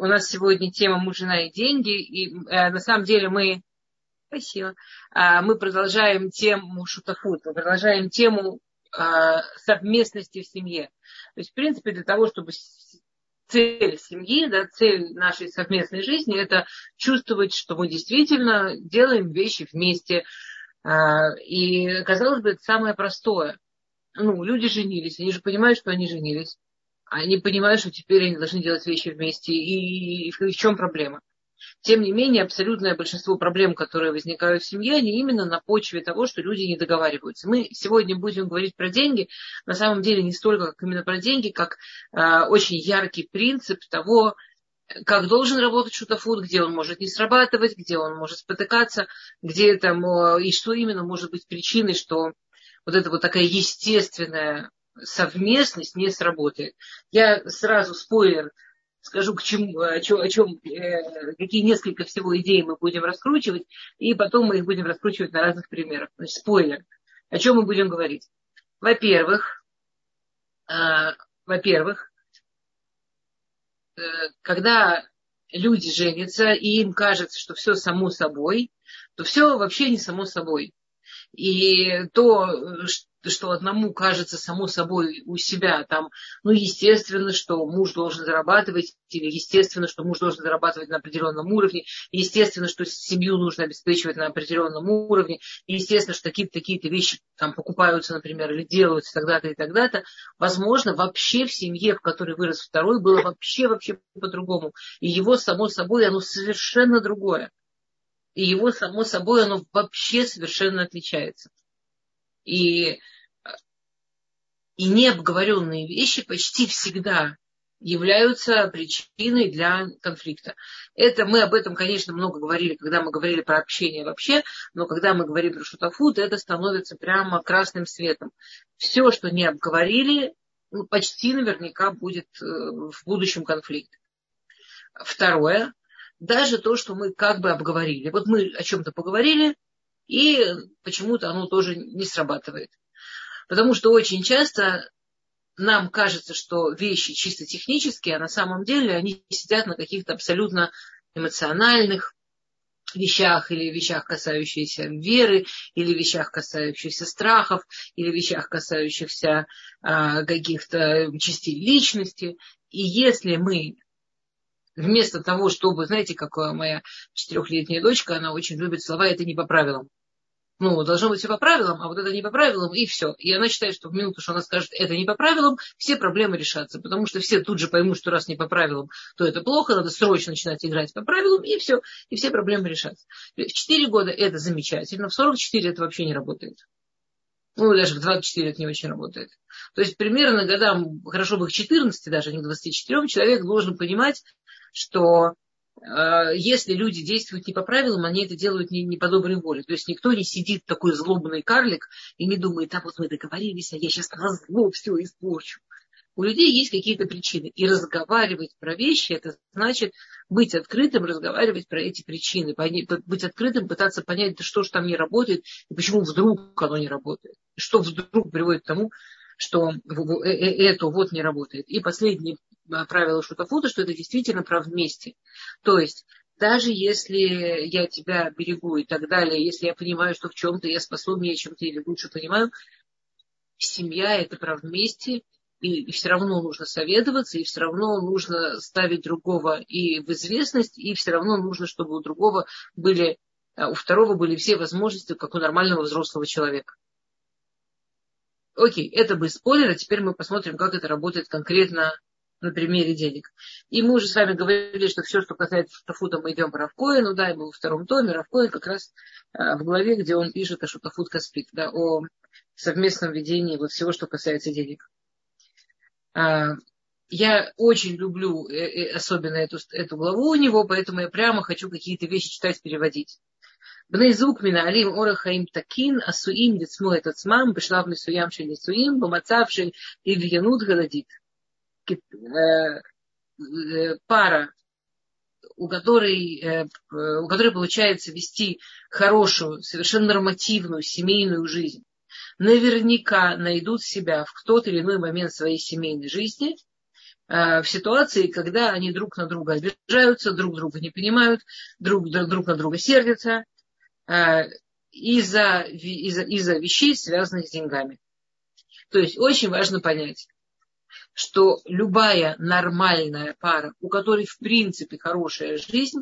У нас сегодня тема «Муж, жена и деньги». И на самом деле спасибо, мы продолжаем тему шутафут, мы продолжаем тему совместности в семье. То есть, в принципе, для того, чтобы цель семьи, да, цель нашей совместной жизни – это чувствовать, что мы действительно делаем вещи вместе. И, казалось бы, это самое простое. Люди женились, они же понимают, что они женились. Они понимают, что теперь они должны делать вещи вместе. И в чем проблема? Тем не менее, абсолютное большинство проблем, которые возникают в семье, они именно на почве того, что люди не договариваются. Мы сегодня будем говорить про деньги. На самом деле не столько как именно про деньги, как очень яркий принцип того, как должен работать шутафут, где он может не срабатывать, где он может спотыкаться, где там, и что именно может быть причиной, что вот эта вот такая естественная совместность не сработает. Я сразу спойлер скажу, какие несколько всего идей мы будем раскручивать, и потом мы их будем раскручивать на разных примерах. Значит, спойлер. О чем мы будем говорить? Во-первых, когда люди женятся, и им кажется, что все само собой, то все вообще не само собой. И то, что одному кажется само собой у себя, там, естественно, что муж должен зарабатывать, или естественно, что муж должен зарабатывать на определенном уровне, естественно, что семью нужно обеспечивать на определенном уровне, естественно, что такие-то вещи там покупаются, например, или делаются тогда-то и тогда-то. Возможно, вообще в семье, в которой вырос второй, было вообще по-другому. И его, само собой, оно совершенно другое. И его, само собой, оно вообще совершенно отличается. И необговоренные вещи почти всегда являются причиной для конфликта. Мы об этом, конечно, много говорили, когда мы говорили про общение вообще, но когда мы говорим про шутафут, это становится прямо красным светом. Все, что не обговорили, почти наверняка будет в будущем конфликт. Второе. Даже то, что мы как бы обговорили. Вот мы о чем-то поговорили, и почему-то оно тоже не срабатывает. Потому что очень часто нам кажется, что вещи чисто технические, а на самом деле они сидят на каких-то абсолютно эмоциональных вещах, или вещах, касающихся веры, или вещах, касающихся страхов, или вещах, касающихся каких-то частей личности. И если мы вместо того, чтобы, знаете, как моя 4-летняя дочка, она очень любит слова «это не по правилам». Должно быть все по правилам, а вот это не по правилам, и все. И она считает, что в минуту, что она скажет «это не по правилам», все проблемы решатся. Потому что все тут же поймут, что раз не по правилам, то это плохо, надо срочно начинать играть по правилам, и все. И все проблемы решатся. В 4 года это замечательно, в 44 это вообще не работает. Даже в 24 это не очень работает. То есть примерно годам, хорошо бы их 14, даже не 24, человек должен понимать, что если люди действуют не по правилам, они это делают не по доброй воле. То есть никто не сидит такой злобный карлик и не думает, вот мы договорились, а я сейчас назло все испорчу. У людей есть какие-то причины. И разговаривать про вещи, это значит быть открытым, разговаривать про эти причины. Быть открытым, пытаться понять, что же там не работает, и почему вдруг оно не работает. И что вдруг приводит к тому, что это вот не работает. И последнее правило шутафута, что это действительно про вместе. То есть, даже если я тебя берегу и так далее, если я понимаю, что в чем-то я способнее, чем-то или лучше понимаю, семья это про вместе, и все равно нужно советоваться, и все равно нужно ставить другого и в известность, и все равно нужно, чтобы у второго были все возможности, как у нормального взрослого человека. Окей, это без спойлера. Теперь мы посмотрим, как это работает конкретно на примере денег. И мы уже с вами говорили, что все, что касается шутафута, мы идем по Рав Коэну, и мы во 2 томе. Рав Коэн как раз в главе, где он пишет о шутафут каспит, о совместном ведении всего, что касается денег. Я очень люблю особенно эту главу у него, поэтому я прямо хочу какие-то вещи читать, переводить. בני זוג מנהלים אורח חיים תקין, עשויים לצמוא את עצמם בשלב מסוים של נישואים, במצב של עבריינות הדדית. Пара, у которой получается вести хорошую, совершенно нормативную семейную жизнь, наверняка найдут себя в тот или иной момент своей семейной жизни в ситуации, когда они друг на друга обижаются, друг друга не понимают, друг на друга сердятся из-за вещей, связанных с деньгами. То есть очень важно понять, что любая нормальная пара, у которой в принципе хорошая жизнь,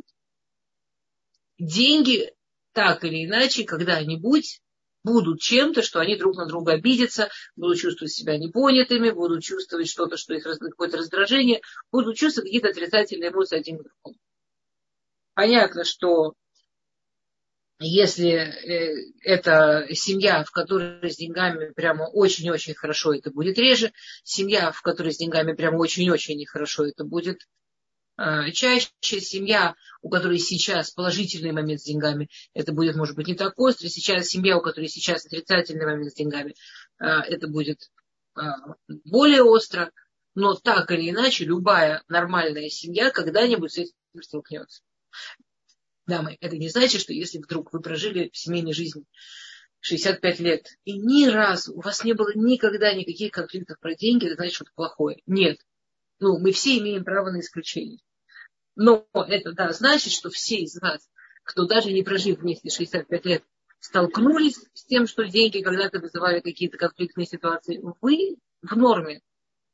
деньги так или иначе когда-нибудь будут чем-то, что они друг на друга обидятся, будут чувствовать себя непонятыми, будут чувствовать что-то, что их какое-то раздражение, будут чувствовать какие-то отрицательные эмоции один к другому. Понятно, что если это семья, в которой с деньгами прямо очень-очень хорошо, это будет реже. Семья, в которой с деньгами прямо очень-очень нехорошо, это будет чаще. Семья, у которой сейчас положительный момент с деньгами, это будет, может быть, не так остро. Сейчас семья, у которой сейчас отрицательный момент с деньгами, это будет более остро. Но так или иначе, любая нормальная семья когда-нибудь с этим столкнется. Дамы, это не значит, что если вдруг вы прожили в семейной жизни 65 лет, и ни разу у вас не было никогда никаких конфликтов про деньги, это значит что-то плохое. Нет. Мы все имеем право на исключение. Но это значит, что все из вас, кто даже не прожив вместе 65 лет, столкнулись с тем, что деньги когда-то вызывали какие-то конфликтные ситуации, вы в норме.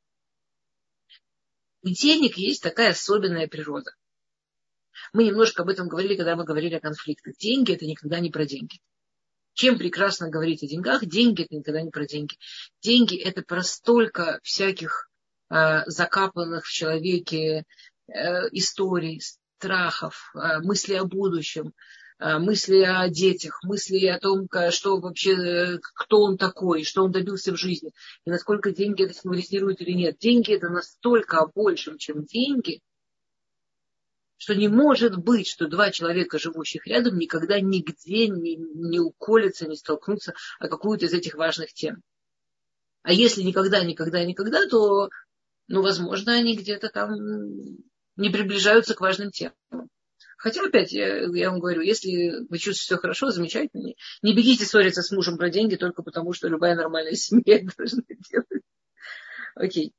У денег есть такая особенная природа. Мы немножко об этом говорили, когда мы говорили о конфликтах. Деньги – это никогда не про деньги. Чем прекрасно говорить о деньгах, деньги – это никогда не про деньги. Деньги – это про столько всяких закапанных в человеке историй, страхов, мыслей о будущем, мысли о детях, мысли о том, что вообще, кто он такой, что он добился в жизни, и насколько деньги это символизируют или нет. Деньги – это настолько о большем, чем деньги, что не может быть, что два человека, живущих рядом, никогда нигде не уколятся, не столкнутся о какую-то из этих важных тем. А если никогда, то, возможно, они где-то там не приближаются к важным темам. Хотя, опять, я вам говорю, если вы чувствуете все хорошо, замечательно, не бегите ссориться с мужем про деньги только потому, что любая нормальная семья это должна делать. Окей.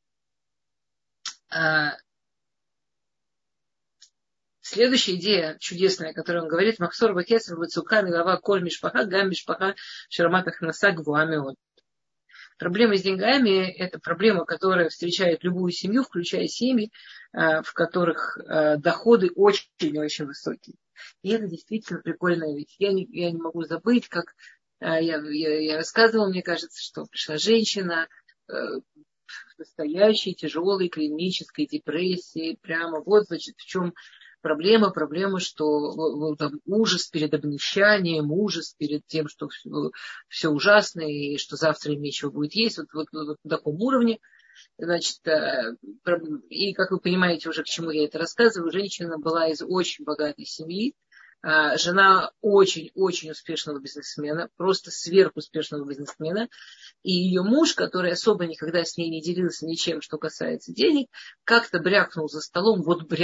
Следующая идея чудесная, о которой он говорит, Махсор Бакесар, Вацука, Милава, Коль, Мишпаха, Гам, Мишпаха, Шараматах, Наса, Гвуамиот. Проблема с деньгами – это проблема, которая встречает любую семью, включая семьи, в которых доходы очень-очень высокие. И это действительно прикольная вещь. Я не могу забыть, как я рассказывала, мне кажется, что пришла женщина в настоящей тяжелой клинической депрессии. Прямо значит, в чем проблема, что там ужас перед обнищанием, ужас перед тем, что все ужасно, и что завтра им нечего будет есть, вот на таком уровне. Значит, и как вы понимаете уже, к чему я это рассказываю, женщина была из очень богатой семьи, жена очень-очень успешного бизнесмена, просто сверхуспешного бизнесмена, и ее муж, который особо никогда с ней не делился ничем, что касается денег, как-то брякнул за столом,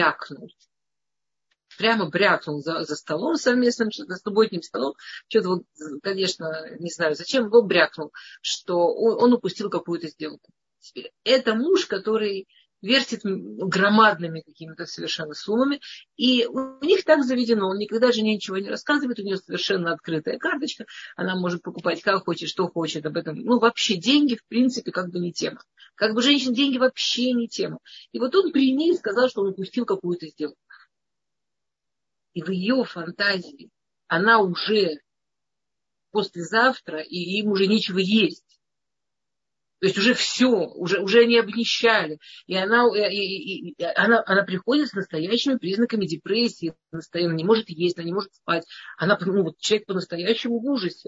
прямо брякнул за столом совместным, за субботним столом, что-то конечно, не знаю зачем, но брякнул, что он упустил какую-то сделку. Это муж, который вертит громадными какими-то совершенно суммами, и у них так заведено, он никогда жене ничего не рассказывает, у нее совершенно открытая карточка, она может покупать как хочет, что хочет об этом. Вообще деньги, в принципе, как бы не тема. Как бы женщин деньги вообще не тема. И он при ней сказал, что он упустил какую-то сделку. И в ее фантазии она уже послезавтра, и им уже нечего есть. То есть уже все, уже они обнищали. И она приходит с настоящими признаками депрессии. Она не может есть, она не может спать. Она, человек по-настоящему в ужасе.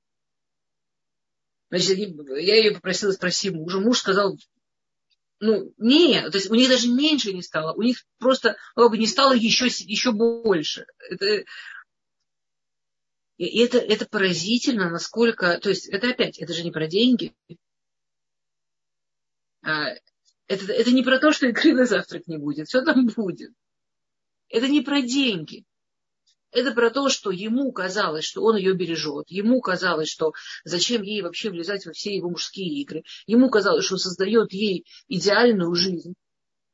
Значит, я ее попросила спросить мужа. Муж сказал, нет, то есть у них даже меньше не стало. У них просто не стало еще больше. Это поразительно, насколько... То есть это же не про деньги. Это не про то, что икры на завтрак не будет. Все там будет. Это не про деньги. Это про то, что ему казалось, что он ее бережет. Ему казалось, что зачем ей вообще влезать во все его мужские игры. Ему казалось, что создает ей идеальную жизнь.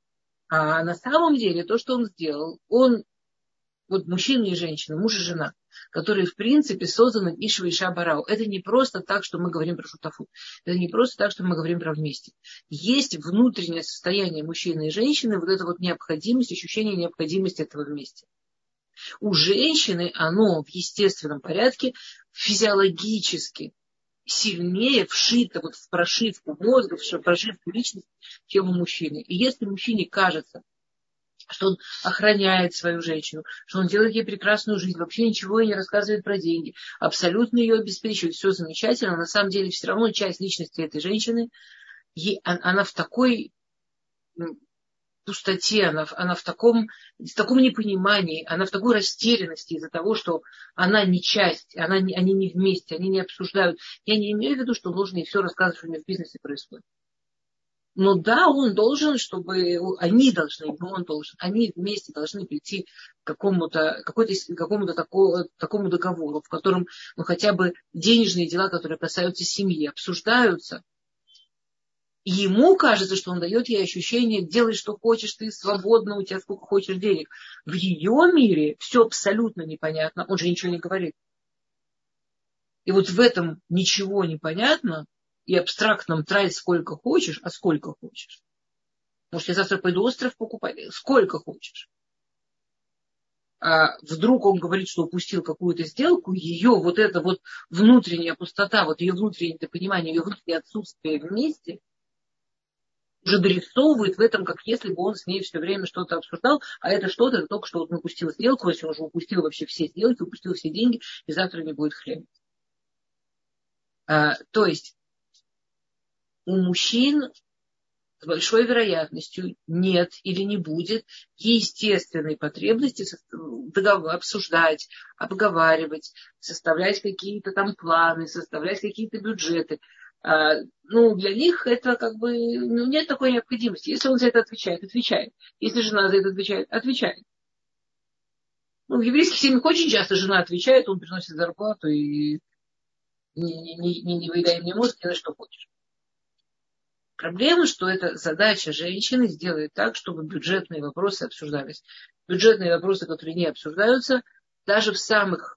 А на самом деле то, что он сделал, он, вот мужчина и женщина, муж и жена, которые в принципе созданы Ишва и Шабарау. Это не просто так, что мы говорим про шутафу. Это не просто так, что мы говорим про вместе. Есть внутреннее состояние мужчины и женщины, вот эта вот необходимость, ощущение необходимости этого вместе. У женщины оно в естественном порядке физиологически сильнее вшито вот в прошивку мозга, в прошивку личности, чем у мужчины. И если мужчине кажется, что он охраняет свою женщину, что он делает ей прекрасную жизнь, вообще ничего ей не рассказывает про деньги, абсолютно ее обеспечивает, все замечательно, на самом деле все равно часть личности этой женщины, она в такой пустоте, она в таком непонимании, она в такой растерянности из-за того, что она не часть, они не вместе, они не обсуждают. Я не имею в виду, что он должен ей все рассказывать, что у него в бизнесе происходит. Но да, он должен, они вместе должны прийти к какому-то такому договору, в котором хотя бы денежные дела, которые касаются семьи, обсуждаются. И ему кажется, что он дает ей ощущение: делай, что хочешь, ты свободна, у тебя сколько хочешь денег. В ее мире все абсолютно непонятно, он же ничего не говорит. И вот в этом ничего не понятно, и абстрактном трать сколько хочешь, а сколько хочешь. Может, я завтра пойду остров покупать? Сколько хочешь. А вдруг он говорит, что упустил какую-то сделку, ее вот эта вот внутренняя пустота, вот ее внутреннее непонимание, ее внутреннее отсутствие вместе уже дорисовывает в этом, как если бы он с ней все время что-то обсуждал, а это что-то, это только что вот он упустил сделку, если он уже упустил вообще все сделки, упустил все деньги, и завтра не будет хлеба. То есть у мужчин с большой вероятностью нет или не будет естественной потребности обсуждать, обговаривать, составлять какие-то там планы, составлять какие-то бюджеты. Для них это нет такой необходимости. Если он за это отвечает, отвечает. Если жена за это отвечает, отвечает. В еврейских семьях очень часто жена отвечает, он приносит зарплату и не выедай мне мозг, делай, что хочешь. Проблема, что это задача женщины сделать так, чтобы бюджетные вопросы обсуждались. Бюджетные вопросы, которые не обсуждаются, даже в самых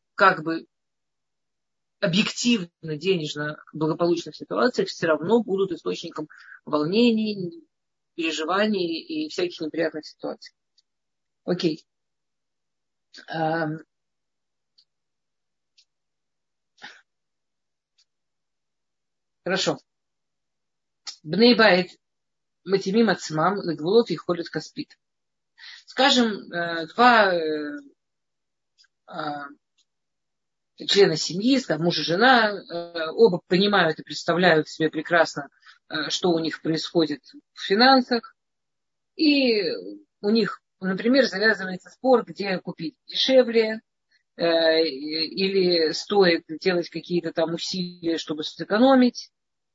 объективно денежно благополучных ситуациях все равно будут источником волнений, переживаний и всяких неприятных ситуаций. Окей. Хорошо. Бней байт матимим ацмам легвулот и холит каспит. Скажем, два члена семьи, муж и жена, оба понимают и представляют себе прекрасно, что у них происходит в финансах. И у них, например, завязывается спор, где купить дешевле, или стоит делать какие-то там усилия, чтобы сэкономить.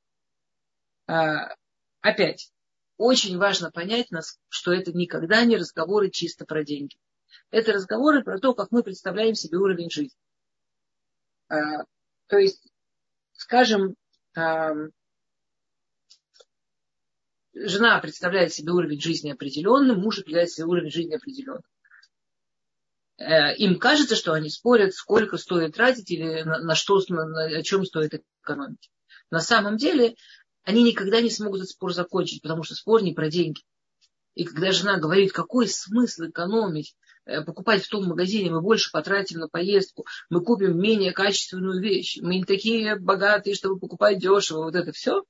Опять, очень важно понять, что это никогда не разговоры чисто про деньги. Это разговоры про то, как мы представляем себе уровень жизни. То есть, скажем, жена представляет себе уровень жизни определенным, муж представляет себе уровень жизни определенным. Им кажется, что они спорят, сколько стоит тратить или о чем стоит экономить. На самом деле, они никогда не смогут этот спор закончить, потому что спор не про деньги. И когда жена говорит, какой смысл экономить, покупать в том магазине, мы больше потратим на поездку, мы купим менее качественную вещь, мы не такие богатые, чтобы покупать дешево, вот это все.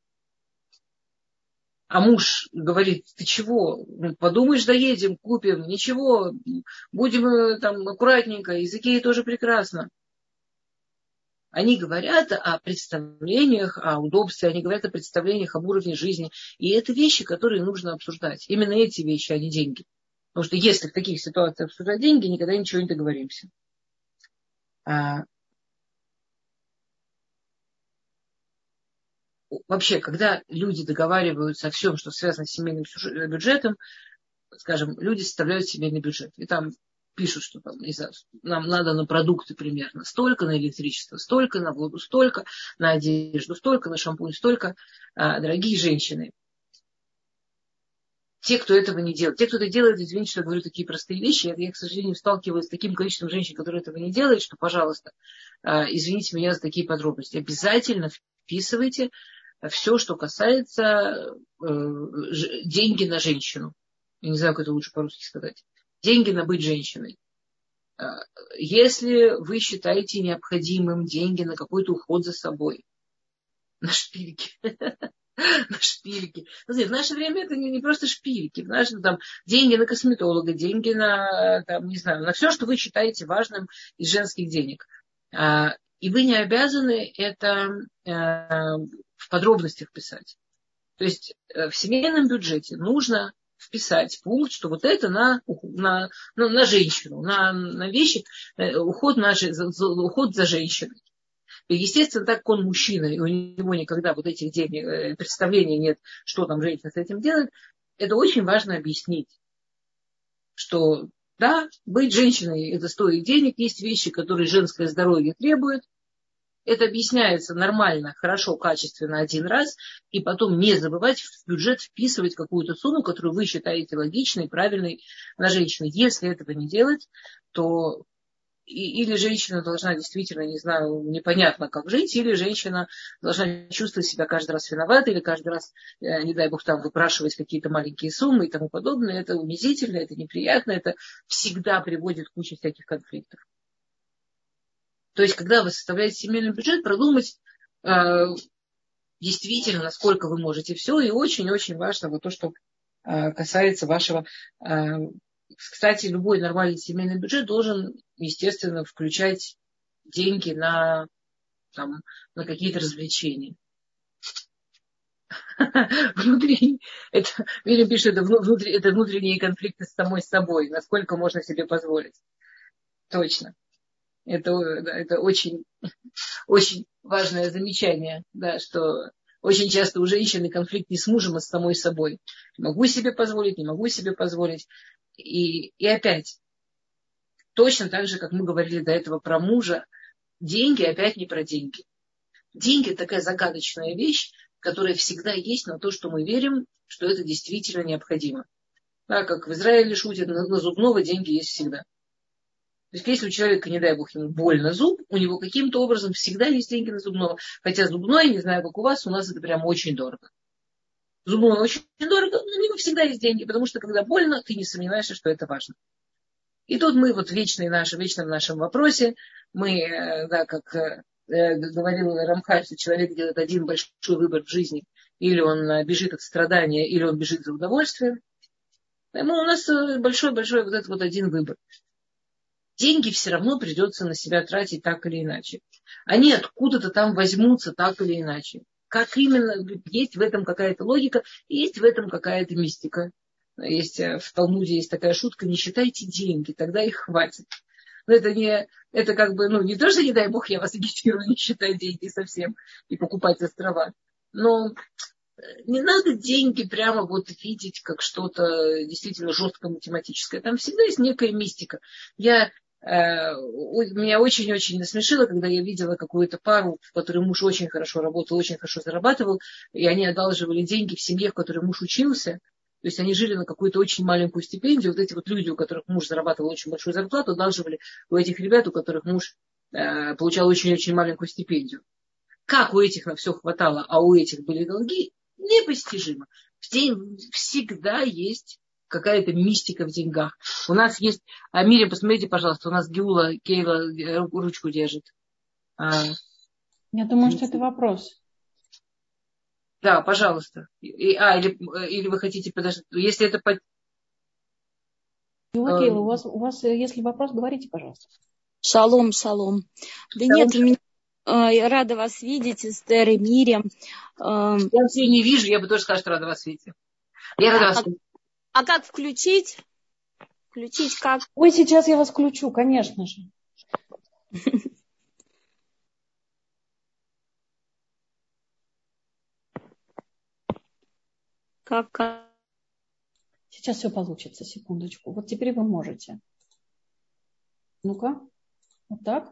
А муж говорит, ты чего, подумаешь, доедем, купим, ничего, будем там аккуратненько, языки тоже прекрасно. Они говорят о представлениях, о удобстве, они говорят о представлениях об уровне жизни. И это вещи, которые нужно обсуждать. Именно эти вещи, а не деньги. Потому что если в таких ситуациях обсуждать деньги, никогда ничего не договоримся. Вообще, когда люди договариваются о всем, что связано с семейным бюджетом, скажем, люди составляют семейный бюджет. И там пишут, что там, не знаю, нам надо на продукты примерно столько, на электричество столько, на воду столько, на одежду столько, на шампунь столько. Дорогие женщины, те, кто этого не делает. Те, кто это делает, извините, что я говорю такие простые вещи, я, к сожалению, сталкиваюсь с таким количеством женщин, которые этого не делают, что, пожалуйста, извините меня за такие подробности. Обязательно вписывайте все, что касается деньги на женщину. Я не знаю, как это лучше по-русски сказать. Деньги на быть женщиной. Если вы считаете необходимым деньги на какой-то уход за собой, на шпильки, на шпильки. В наше время это не просто шпильки. В наше, там, деньги на косметолога, деньги на, там, не знаю, на все, что вы считаете важным из женских денег. И вы не обязаны это в подробностях писать. То есть в семейном бюджете нужно вписать пункт, что вот это на женщину, на вещи, уход за женщиной. И, естественно, так как он мужчина, и у него никогда вот этих денег, представления нет, что там женщина с этим делает, это очень важно объяснить, что да, быть женщиной это стоит денег, есть вещи, которые женское здоровье требует. Это объясняется нормально, хорошо, качественно один раз, и потом не забывать в бюджет вписывать какую-то сумму, которую вы считаете логичной, правильной на женщину. Если этого не делать, то или женщина должна действительно, не знаю, непонятно как жить, или женщина должна чувствовать себя каждый раз виноватой, или каждый раз, не дай бог, там выпрашивать какие-то маленькие суммы и тому подобное. Это унизительно, это неприятно, это всегда приводит к куче всяких конфликтов. То есть, когда вы составляете семейный бюджет, продумать действительно, насколько вы можете все. И очень-очень важно вот то, что касается вашего... Кстати, любой нормальный семейный бюджет должен, естественно, включать деньги на какие-то развлечения. Внутренний, Вильям пишет, это внутренние конфликты с самой собой. Насколько можно себе позволить. Точно. Это очень, очень важное замечание, да, что очень часто у женщины конфликт не с мужем, а с самой собой. Могу себе позволить, не могу себе позволить. И опять, точно так же, как мы говорили до этого про мужа, деньги опять не про деньги. Деньги – это такая загадочная вещь, которая всегда есть на то, что мы верим, что это действительно необходимо. Да, как в Израиле шутят, на зубного деньги есть всегда. То есть, если у человека, не дай бог, ему больно зуб, у него каким-то образом всегда есть деньги на зубного. Хотя зубной, не знаю, как у вас это прям очень дорого. Зубной очень дорого, но у него всегда есть деньги, потому что, когда больно, ты не сомневаешься, что это важно. И тут мы вот в вечном нашем вопросе, мы, да, как говорил Рамхаль, что человек делает один большой выбор в жизни, или он бежит от страдания, или он бежит за удовольствием. Поэтому у нас большой-большой вот этот вот один выбор. Деньги все равно придется на себя тратить так или иначе. Они откуда-то там возьмутся так или иначе. Как именно, есть в этом какая-то логика, есть в этом какая-то мистика. Есть, в Талмуде есть такая шутка: не считайте деньги, тогда их хватит. Но это как бы, не то, что, не дай бог, я вас агитирую не считать деньги совсем и покупать острова. Но не надо деньги прямо вот видеть как что-то действительно жестко математическое. Там всегда есть некая мистика. Меня очень-очень насмешило, когда я видела какую-то пару, в которой муж очень хорошо работал, очень хорошо зарабатывал, и они одалживали деньги в семье, в которой муж учился. То есть они жили на какую-то очень маленькую стипендию. Вот эти вот люди, у которых муж зарабатывал очень большую зарплату, одалживали у этих ребят, у которых муж получал очень-очень маленькую стипендию. Как у этих на все хватало, а у этих были долги, непостижимо. Всегда есть какая-то мистика в деньгах. У нас есть... Мирим, посмотрите, пожалуйста, у нас Кейла ручку держит. Я думаю, что это вопрос. Да, пожалуйста. Или вы хотите подождать. Если это... Кейла, у вас, если вопрос, говорите, пожалуйста. Шалом, шалом. Да нет, я рада вас видеть, Эстер и Мирим. Я все не вижу, я бы тоже сказала, что рада вас видеть. Я рада вас видеть. А как включить? Включить как? Ой, сейчас я вас включу, конечно же. Как? Сейчас все получится, секундочку. Вот теперь вы можете. Ну-ка. Вот так.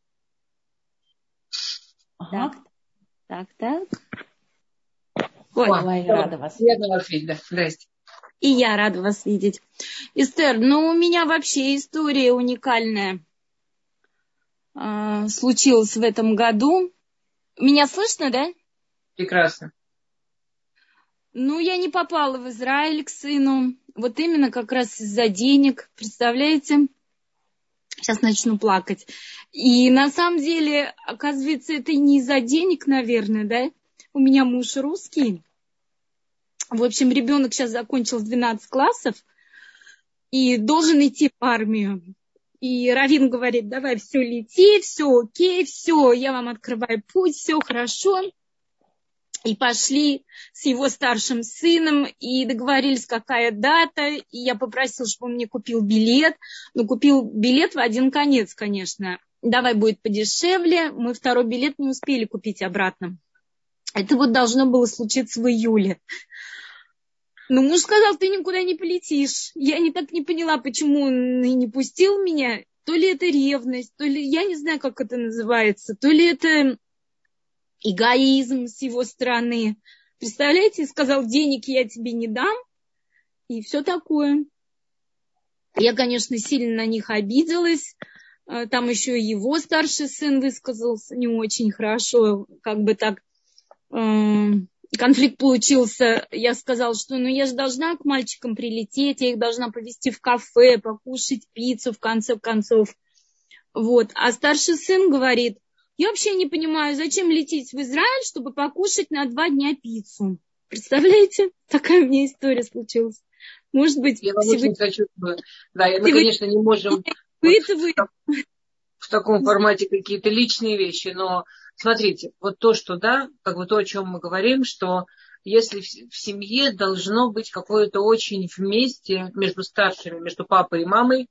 Ага. Так. Ой, рада вас. Приятно вас видеть, да. Здрасте. И я рада вас видеть. Эстер, ну у меня вообще история уникальная случилась в этом году. Меня слышно, да? Прекрасно. Ну, я не попала в Израиль к сыну. Вот именно как раз из-за денег. Представляете? Сейчас начну плакать. И на самом деле, оказывается, это не из-за денег, наверное, да? У меня муж русский. В общем, ребенок сейчас закончил 12 классов и должен идти в армию. И раввин говорит, давай, все, лети, все окей, все, я вам открываю путь, все хорошо. И пошли с его старшим сыном, и договорились, какая дата. И я попросила, чтобы он мне купил билет. Но купил билет в один конец, конечно. Давай будет подешевле. Мы второй билет не успели купить обратно. Это вот должно было случиться в июле. Но муж сказал, ты никуда не полетишь. Я так не поняла, почему он и не пустил меня. То ли это ревность, то ли, я не знаю, как это называется, то ли это эгоизм с его стороны. Представляете, сказал, денег я тебе не дам, и все такое. Я, конечно, сильно на них обиделась. Там еще и его старший сын высказался не очень хорошо, как бы так... Конфликт получился, я сказала, что я же должна к мальчикам прилететь, я их должна повезти в кафе, покушать пиццу, в конце концов. Вот. А старший сын говорит, я вообще не понимаю, зачем лететь в Израиль, чтобы покушать на 2 дня пиццу. Представляете? Такая у меня история случилась. Может быть, я вам очень сочувствую. Да, мы, конечно, не можем в таком формате какие-то личные вещи, но смотрите, вот то, что, да, как бы то, о чем мы говорим, что если в семье должно быть какое-то очень вместе между старшими, между папой и мамой,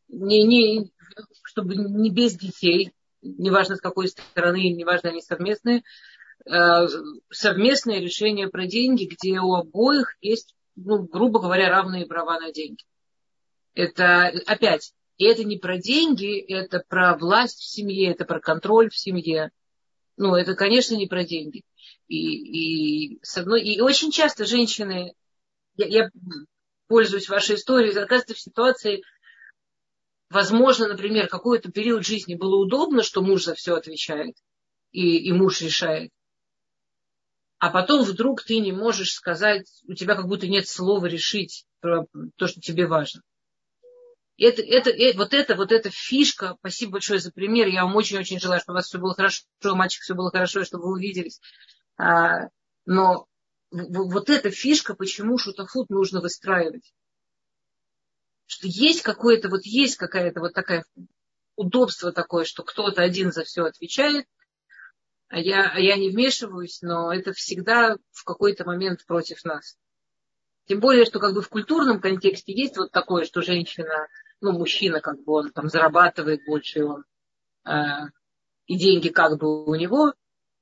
чтобы не без детей, неважно с какой стороны, неважно они совместные, совместное решение про деньги, где у обоих есть, грубо говоря, равные права на деньги. Это опять, и это не про деньги, это про власть в семье, это про контроль в семье. Это, конечно, не про деньги. И очень часто женщины, я пользуюсь вашей историей, оказывается, в ситуации, возможно, например, какой-то период жизни было удобно, что муж за все отвечает, и муж решает. А потом вдруг ты не можешь сказать, у тебя как будто нет слова решить про то, что тебе важно. Вот эта фишка, спасибо большое за пример, я вам очень-очень желаю, чтобы у вас все было хорошо, у мальчика все было хорошо, чтобы вы увиделись. Но вот эта фишка, почему шутафут нужно выстраивать. Что есть какое-то такое удобство такое, что кто-то один за все отвечает, а я не вмешиваюсь, но это всегда в какой-то момент против нас. Тем более, что как бы в культурном контексте есть вот такое, что женщина, мужчина, как бы он там зарабатывает больше, и деньги как бы у него,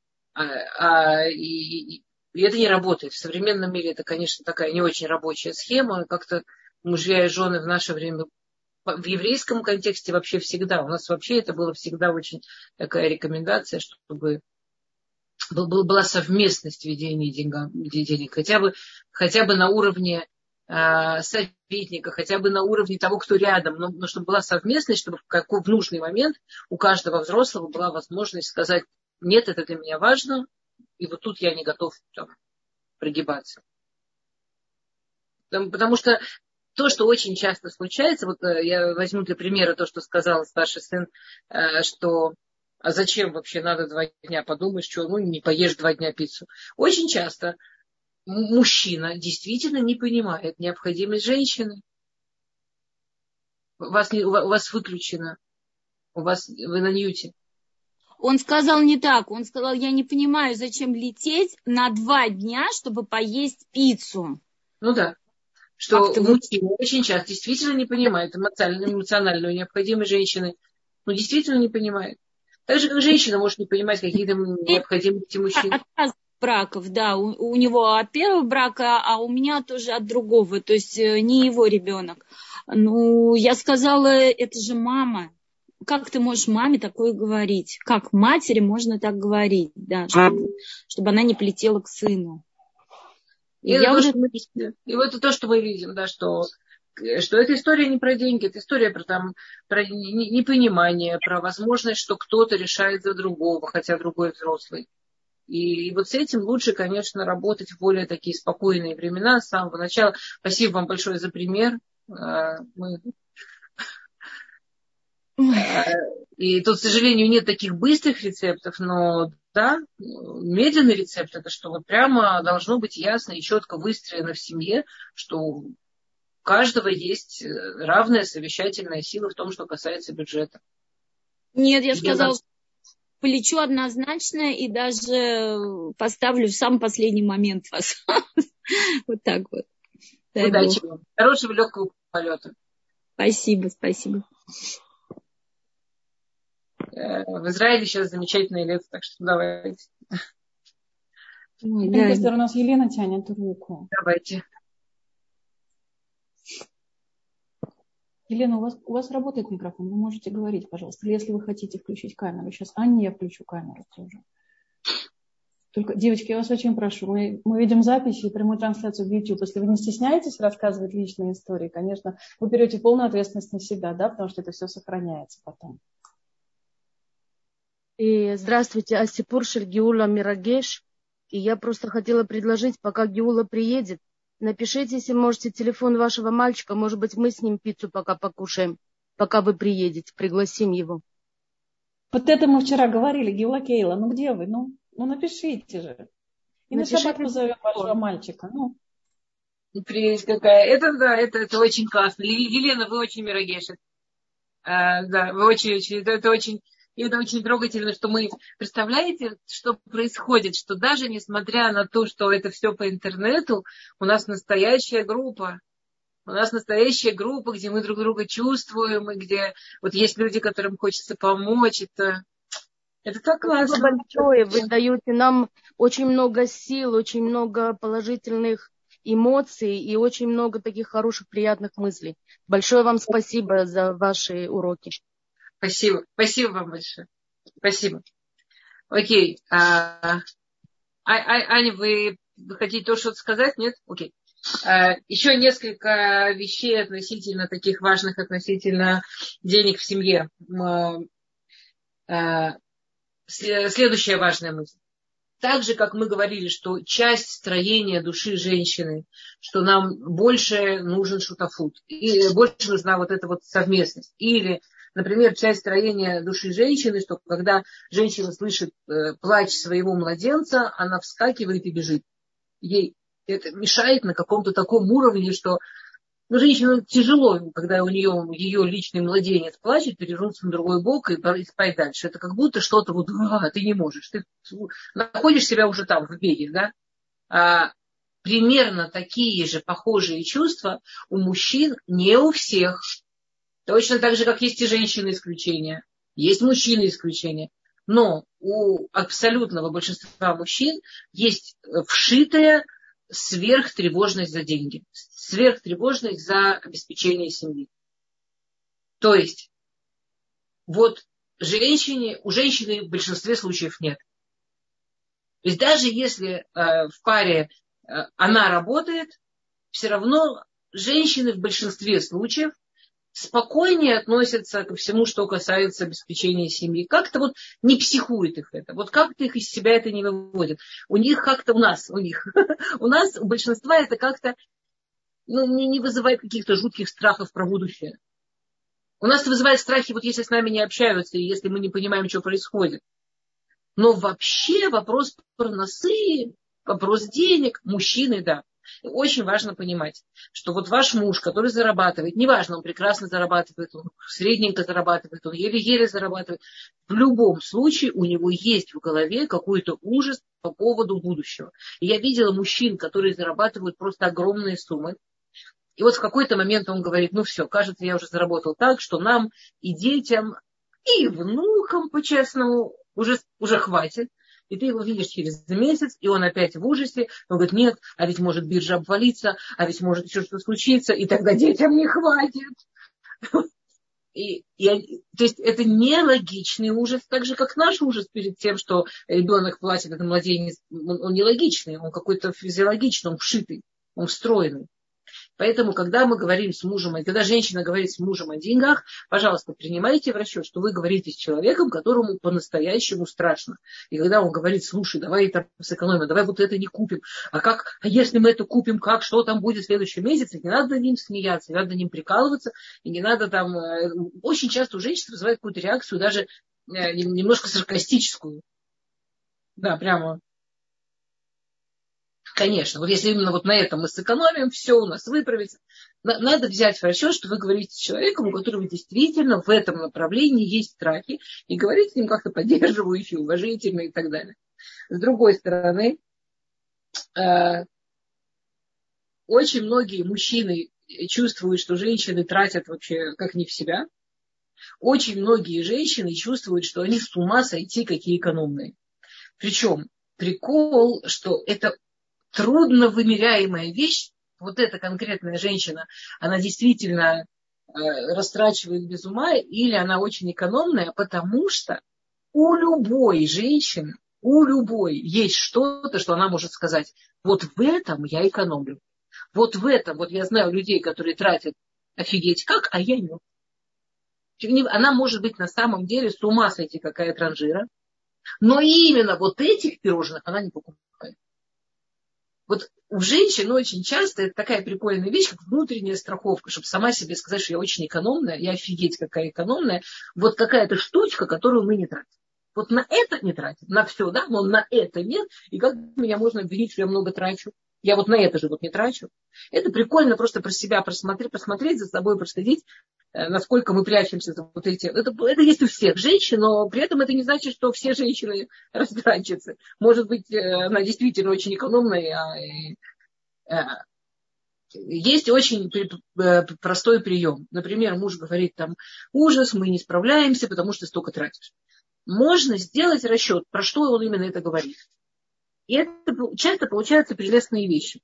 и это не работает. В современном мире это, конечно, такая не очень рабочая схема, как-то мужья и жены в наше время, в еврейском контексте вообще всегда, у нас вообще это было всегда очень такая рекомендация, чтобы была совместность ведения денег, хотя бы на уровне советника, хотя бы на уровне того, кто рядом, но чтобы была совместность, чтобы в нужный момент у каждого взрослого была возможность сказать, нет, это для меня важно, и вот тут я не готов прогибаться. Потому что то, что очень часто случается, вот я возьму для примера то, что сказал старший сын, что а зачем вообще надо 2 дня подумать, что не поешь 2 дня пиццу. Очень часто мужчина действительно не понимает необходимость женщины. У вас выключено. Вы на мьюте. Он сказал не так. Он сказал, я не понимаю, зачем лететь на 2 дня, чтобы поесть пиццу. Да. Что мужчина очень часто действительно не понимает эмоциональную необходимость женщины. Действительно не понимает. Так же, как женщина может не понимать какие-то необходимости мужчин. От разных браков, да. У него от первого брака, а у меня тоже от другого. То есть не его ребенок. Я сказала, это же мама. Как ты можешь маме такое говорить? Как матери можно так говорить? Да, чтобы она не полетела к сыну. И это то, что мы видим, да, что эта история не про деньги, это история про непонимание, про возможность, что кто-то решает за другого, хотя другой взрослый. И вот с этим лучше, конечно, работать в более такие спокойные времена с самого начала. Спасибо вам большое за пример. И тут, к сожалению, нет таких быстрых рецептов, но да, медленный рецепт, это что вот прямо должно быть ясно и четко выстроено в семье, что у каждого есть равная совещательная сила в том, что касается бюджета. Нет, я сказала, полечу однозначно и даже поставлю в самый последний момент вас. Вот так вот. Удачи вам. Хорошего легкого полета. Спасибо. В Израиле сейчас замечательное лето, так что давайте. У нас Елена тянет руку. Давайте. Елена, у вас работает микрофон, вы можете говорить, пожалуйста. Или если вы хотите включить камеру. Сейчас Анне я включу камеру тоже. Только, девочки, я вас очень прошу, мы видим записи и прямую трансляцию в YouTube. Если вы не стесняетесь рассказывать личные истории, конечно, вы берете полную ответственность на себя, да, потому что это все сохраняется потом. Здравствуйте, Асипур Геула Мирагеш. И я просто хотела предложить, пока Геула приедет, напишите, если можете, телефон вашего мальчика. Может быть, мы с ним пиццу пока покушаем, пока вы приедете, пригласим его. Вот это мы вчера говорили, Геула Кейла. Ну где вы? Ну напишите же. И на шаббат позовем вашего мальчика. Прелесть какая. Это очень классно. Елена, вы очень мирогешит. Да, вы очень, это очень трогательно, что мы... Представляете, что происходит? Что даже несмотря на то, что это все по интернету, у нас настоящая группа. У нас настоящая группа, где мы друг друга чувствуем, и где вот есть люди, которым хочется помочь. Это так классно. Спасибо большое. Вы даете нам очень много сил, очень много положительных эмоций и очень много таких хороших, приятных мыслей. Большое вам спасибо за ваши уроки. Спасибо. Спасибо вам большое. Спасибо. Окей. Аня, вы хотите тоже что-то сказать? Нет? Окей. Еще несколько вещей относительно таких важных, относительно денег в семье. Следующая важная мысль. Так же, как мы говорили, что часть строения души женщины, что нам больше нужен шутафут, и больше нужна вот эта вот совместность. Или, например, часть строения души женщины, что когда женщина слышит плач своего младенца, она вскакивает и бежит. Ей это мешает на каком-то таком уровне, что женщине тяжело, когда у нее ее личный младенец плачет, перевернуться на другой бок и спать дальше. Это как будто что-то вот, ты не можешь. Ты находишь себя уже там, в беге, да? Примерно такие же похожие чувства у мужчин, не у всех. Точно так же, как есть и женщины исключения. Есть мужчины исключения. Но у абсолютного большинства мужчин есть вшитая сверхтревожность за деньги, сверхтревожность за обеспечение семьи. То есть, вот у женщины в большинстве случаев нет. То есть даже если в паре она работает, все равно женщины в большинстве случаев спокойнее относятся ко всему, что касается обеспечения семьи. Как-то вот не психует их это. Вот как-то их из себя это не выводит. У нас, у большинства это как-то не вызывает каких-то жутких страхов про будущее. У нас это вызывает страхи, вот если с нами не общаются, и если мы не понимаем, что происходит. Но вообще вопрос про носы, вопрос денег, мужчины, да. И очень важно понимать, что вот ваш муж, который зарабатывает, неважно, он прекрасно зарабатывает, он средненько зарабатывает, он еле-еле зарабатывает, в любом случае у него есть в голове какой-то ужас по поводу будущего. И я видела мужчин, которые зарабатывают просто огромные суммы. И вот в какой-то момент он говорит, все, кажется, я уже заработал так, что нам и детям, и внукам, по-честному, уже хватит. И ты его видишь через месяц, и он опять в ужасе. Он говорит, нет, а ведь может биржа обвалиться, а ведь может еще что-то случиться, и тогда детям не хватит. То есть это нелогичный ужас, так же, как наш ужас перед тем, что ребенок плачет, это младенец, он нелогичный, он какой-то физиологичный, он вшитый, он встроенный. Поэтому, когда мы говорим с мужем, и когда женщина говорит с мужем о деньгах, пожалуйста, принимайте в расчет, что вы говорите с человеком, которому по-настоящему страшно. И когда он говорит, слушай, давай там сэкономим, давай вот это не купим, а если мы это купим, что там будет в следующем месяце, не надо над ним смеяться, не надо над ним прикалываться, и не надо там... Очень часто у женщин вызывает какую-то реакцию, даже немножко саркастическую. Да, прямо... Конечно, вот если именно вот на этом мы сэкономим, все у нас выправится. Надо взять в расчет, что вы говорите с человеком, у которого действительно в этом направлении есть страхи, и говорить с ним как-то поддерживающе, уважительно и так далее. С другой стороны, очень многие мужчины чувствуют, что женщины тратят вообще как не в себя. Очень многие женщины чувствуют, что они с ума сойти, какие экономные. Причем прикол, что это трудно вымеряемая вещь, вот эта конкретная женщина, она действительно растрачивает без ума, или она очень экономная, потому что у любой женщины, у любой есть что-то, что она может сказать, вот в этом я экономлю. Вот в этом, вот я знаю людей, которые тратят офигеть как, а я нет. Она может быть на самом деле с ума сойти, какая транжира, но именно вот этих пирожных она не покупает. Вот у женщин очень часто это такая прикольная вещь, как внутренняя страховка, чтобы сама себе сказать, что я очень экономная, я офигеть какая экономная. Вот какая-то штучка, которую мы не тратим. Вот на это не тратим, на все, да, но на это нет. И как меня можно обвинить, что я много трачу? Я вот на это же вот не трачу. Это прикольно просто про себя посмотреть за собой, проследить, насколько мы прячемся за вот эти. Это есть у всех женщин, но при этом это не значит, что все женщины растрачиваются. Может быть, она действительно очень экономная. Есть очень простой прием. Например, муж говорит там, ужас, мы не справляемся, потому что столько тратишь. Можно сделать расчет, про что он именно это говорит. И это часто получаются прелестные вещи.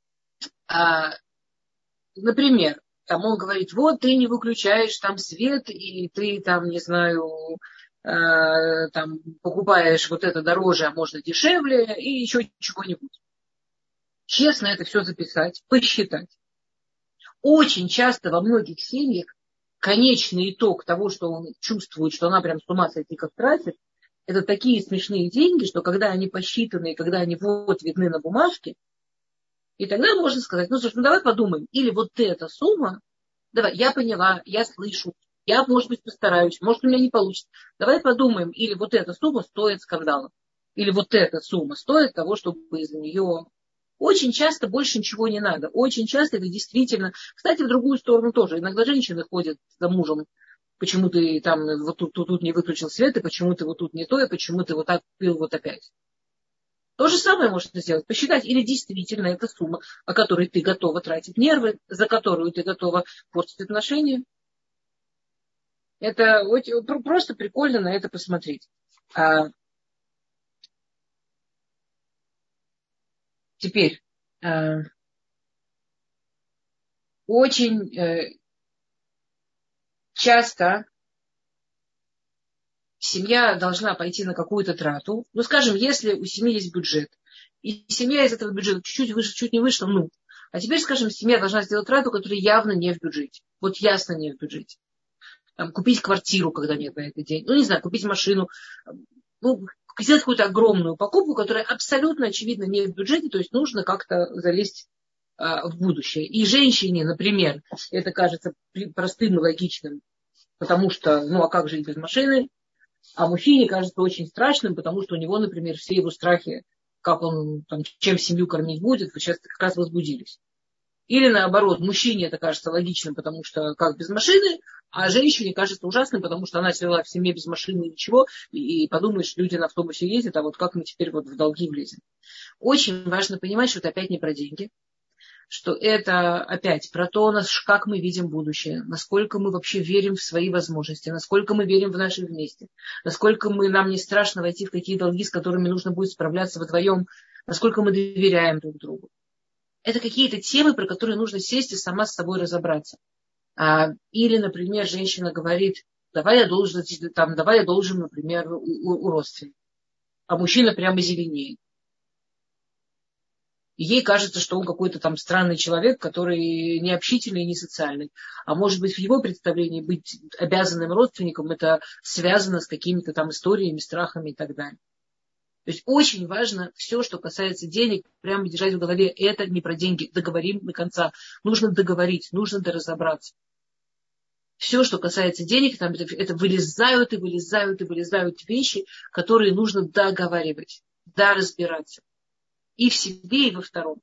Например, там он говорит, вот ты не выключаешь там свет, и ты там, не знаю, там покупаешь вот это дороже, а можно дешевле, и еще чего-нибудь. Честно это все записать, посчитать. Очень часто во многих семьях конечный итог того, что он чувствует, что она прям с ума сойти как тратит, это такие смешные деньги, что когда они посчитаны, когда они вот видны на бумажке, и тогда можно сказать, ну, слушай, ну давай подумаем, или вот эта сумма, давай, я поняла, я слышу, я, может быть, постараюсь, может, у меня не получится. Давай подумаем, или вот эта сумма стоит скандала, или вот эта сумма стоит того, чтобы из-за нее... Очень часто больше ничего не надо. Очень часто это действительно... Кстати, в другую сторону тоже. Иногда женщины ходят за мужем, почему ты там вот тут не выключил свет, и почему ты вот тут не то, и почему ты вот так пил вот опять. То же самое можно сделать. Посчитать, или действительно эта сумма, о которой ты готова тратить нервы, за которую ты готова портить отношения. Это просто прикольно на это посмотреть. Теперь, очень часто семья должна пойти на какую-то трату. Ну, скажем, если у семьи есть бюджет, и семья из этого бюджета чуть-чуть выше, чуть не вышла, ну. А теперь, скажем, семья должна сделать трату, которая явно не в бюджете. Вот ясно не в бюджете. Там, купить квартиру, когда нет на этот день. Ну, не знаю, купить машину. Ну, сделать какую-то огромную покупку, которая абсолютно очевидно не в бюджете, то есть нужно как-то залезть в будущее. И женщине, например, это кажется простым и логичным, потому что, ну а как жить без машины? А мужчине кажется очень страшным, потому что у него, например, все его страхи, как он, там, чем семью кормить будет, сейчас как раз возбудились. Или наоборот, мужчине это кажется логичным, потому что как без машины, а женщине кажется ужасным, потому что она свела в семье без машины ничего, и подумаешь, люди на автобусе ездят, а вот как мы теперь вот в долги влезем. Очень важно понимать, что это опять не про деньги, что это опять про то, как мы видим будущее, насколько мы вообще верим в свои возможности, насколько мы верим в наше вместе, насколько нам не страшно войти в какие долги, с которыми нужно будет справляться вдвоем, насколько мы доверяем друг другу. Это какие-то темы, про которые нужно сесть и сама с собой разобраться. Или, например, женщина говорит, давай я должен, например, у родственников. А мужчина прямо зеленеет. И ей кажется, что он какой-то там странный человек, который не общительный и не социальный. А может быть, в его представлении быть обязанным родственником это связано с какими-то там историями, страхами и так далее. То есть очень важно все, что касается денег, прямо держать в голове. Это не про деньги. Договорим до конца. Нужно договорить, нужно доразобраться. Все, что касается денег, там это вылезают и вылезают и вылезают вещи, которые нужно договаривать, доразбираться. И в себе, и во втором.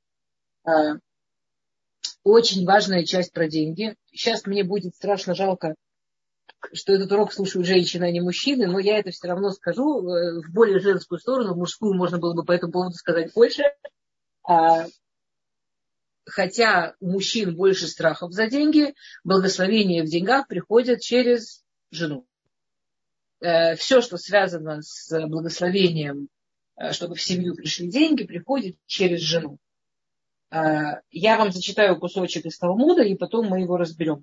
Очень важная часть про деньги. Сейчас мне будет страшно жалко, что этот урок слушают женщины, а не мужчины, но я это все равно скажу в более женскую сторону, в мужскую можно было бы по этому поводу сказать больше. Хотя у мужчин больше страхов за деньги, благословение в деньгах приходит через жену. Все, что связано с благословением, чтобы в семью пришли деньги, приходит через жену. Я вам зачитаю кусочек из Талмуда, и потом мы его разберем.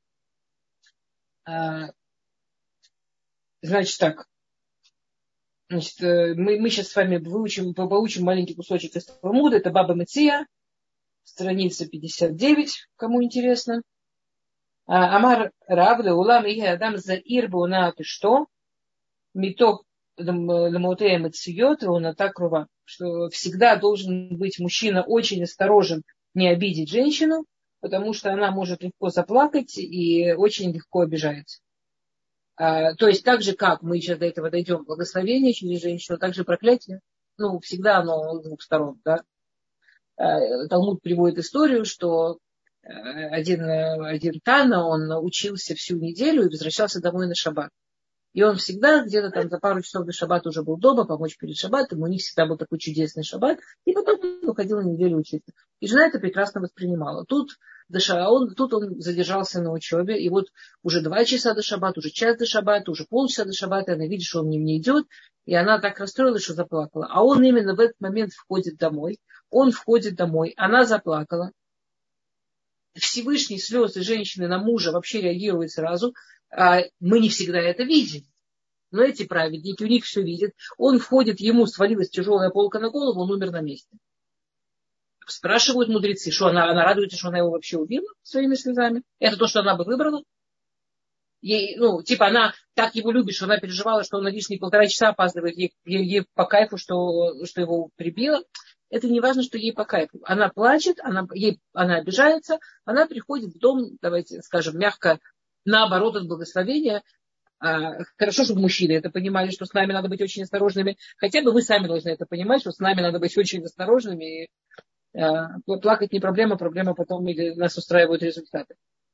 Значит так. Значит, мы сейчас с вами поучим маленький кусочек из Талмуда. Это Баба Меция, страница 59, кому интересно. Амар Рав Леулам и Адам Заир Буна что? Митох Ламутея Мециот, он так крува, что всегда должен быть мужчина очень осторожен не обидеть женщину, потому что она может легко заплакать и очень легко обижается. То есть так же, как мы сейчас до этого дойдем, благословение через женщину, так же проклятие, всегда оно с двух сторон, да. Талмуд приводит историю, что один Тана, он учился всю неделю и возвращался домой на шаббат. И он всегда где-то там за пару часов до шаббата уже был дома, помочь перед шаббатом. У них всегда был такой чудесный шаббат. И потом он уходил на неделю учиться. И жена это прекрасно воспринимала. Тут он задержался на учебе. И вот уже 2 часа до шаббата, уже час до шаббата, уже полчаса до шаббата. Она видит, что он не идет. И она так расстроилась, что заплакала. А он именно в этот момент входит домой. Он входит домой. Она заплакала. Всевышний слезы женщины на мужа вообще реагирует сразу. Мы не всегда это видим. Но эти праведники, у них все видят. Он входит, ему свалилась тяжелая полка на голову, он умер на месте. Спрашивают мудрецы, что она радуется, что она его вообще убила своими слезами. Это то, что она бы выбрала. Она так его любит, что она переживала, что он на лишние 1,5 часа опаздывает. Ей по кайфу, что его прибило. Это не важно, что ей по кайфу. Она плачет, она обижается, она приходит в дом, давайте скажем мягко, наоборот от благословения. Хорошо, чтобы мужчины это понимали, что с нами надо быть очень осторожными. Хотя бы мы сами должны это понимать, что с нами надо быть очень осторожными. И, плакать не проблема, проблема потом или нас устраивают результаты.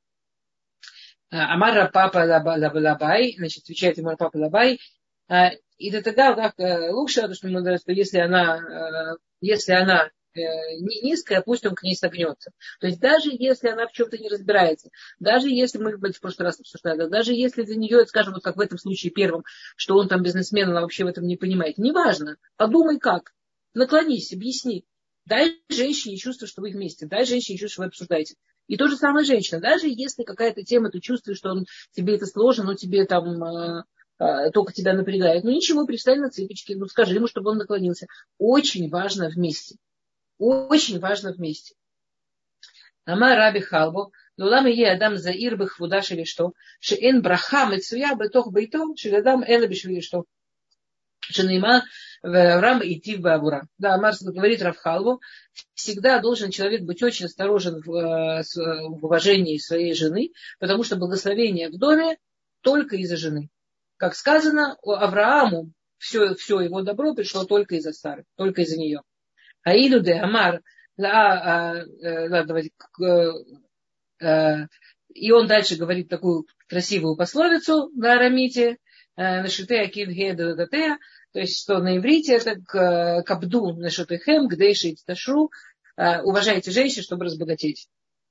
Амар папа Лабай, значит, отвечает ему папа Лабай. И тогда как лучше, что если она низкая, пусть он к ней согнется. То есть даже если она в чем-то не разбирается, даже если, мы в прошлый раз обсуждали, даже если для нее, скажем, вот как в этом случае первом, что он там бизнесмен, она вообще в этом не понимает, неважно, подумай как, наклонись, объясни. Дай женщине чувство, что вы вместе, дай женщине чувство, что вы обсуждаете. И то же самое женщина, даже если какая-то тема, ты чувствуешь, что тебе это сложно, но тебе там только тебя напрягает, ничего, пристань на цыпочки, скажи ему, чтобы он наклонился. Очень важно вместе. Очень важно вместе. Ама Раби Халбо, лулам ие адам заир бехвуда шели что, шеэн браха мецуя бетох бейтом, шелядам эла бешвили что. Шенейма Авраам идти в Бабура. Да, Марс говорит Рав Халбо, всегда должен человек быть очень осторожен в уважении своей жены, потому что благословение в доме только из-за жены. Как сказано, Аврааму все его добро пришло только из-за Сары, только из-за нее. Аиду де Амар, и он дальше говорит такую красивую пословицу на арамите, нашите акид гедатея, то есть что на иврите это кабду нашотехем, гдейши ташу, уважайте женщин, чтобы разбогатеть.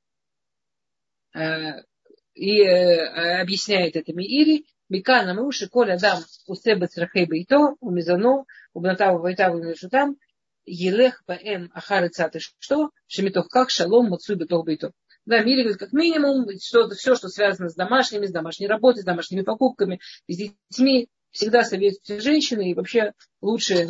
И объясняет это Миири, Микана Муши, Коля Адам, Усеба Црахей Бейто, Умизано, Убнатаву Вайтаву Мишутам, Елех Баэм Ахары Цаты что, Шемитов как Шалом Мацуй Бетох Бейто. Да, в мире, говорит, как минимум, что-то, все, что связано с домашней работой, с домашними покупками, с детьми, всегда советуют женщины, и вообще лучше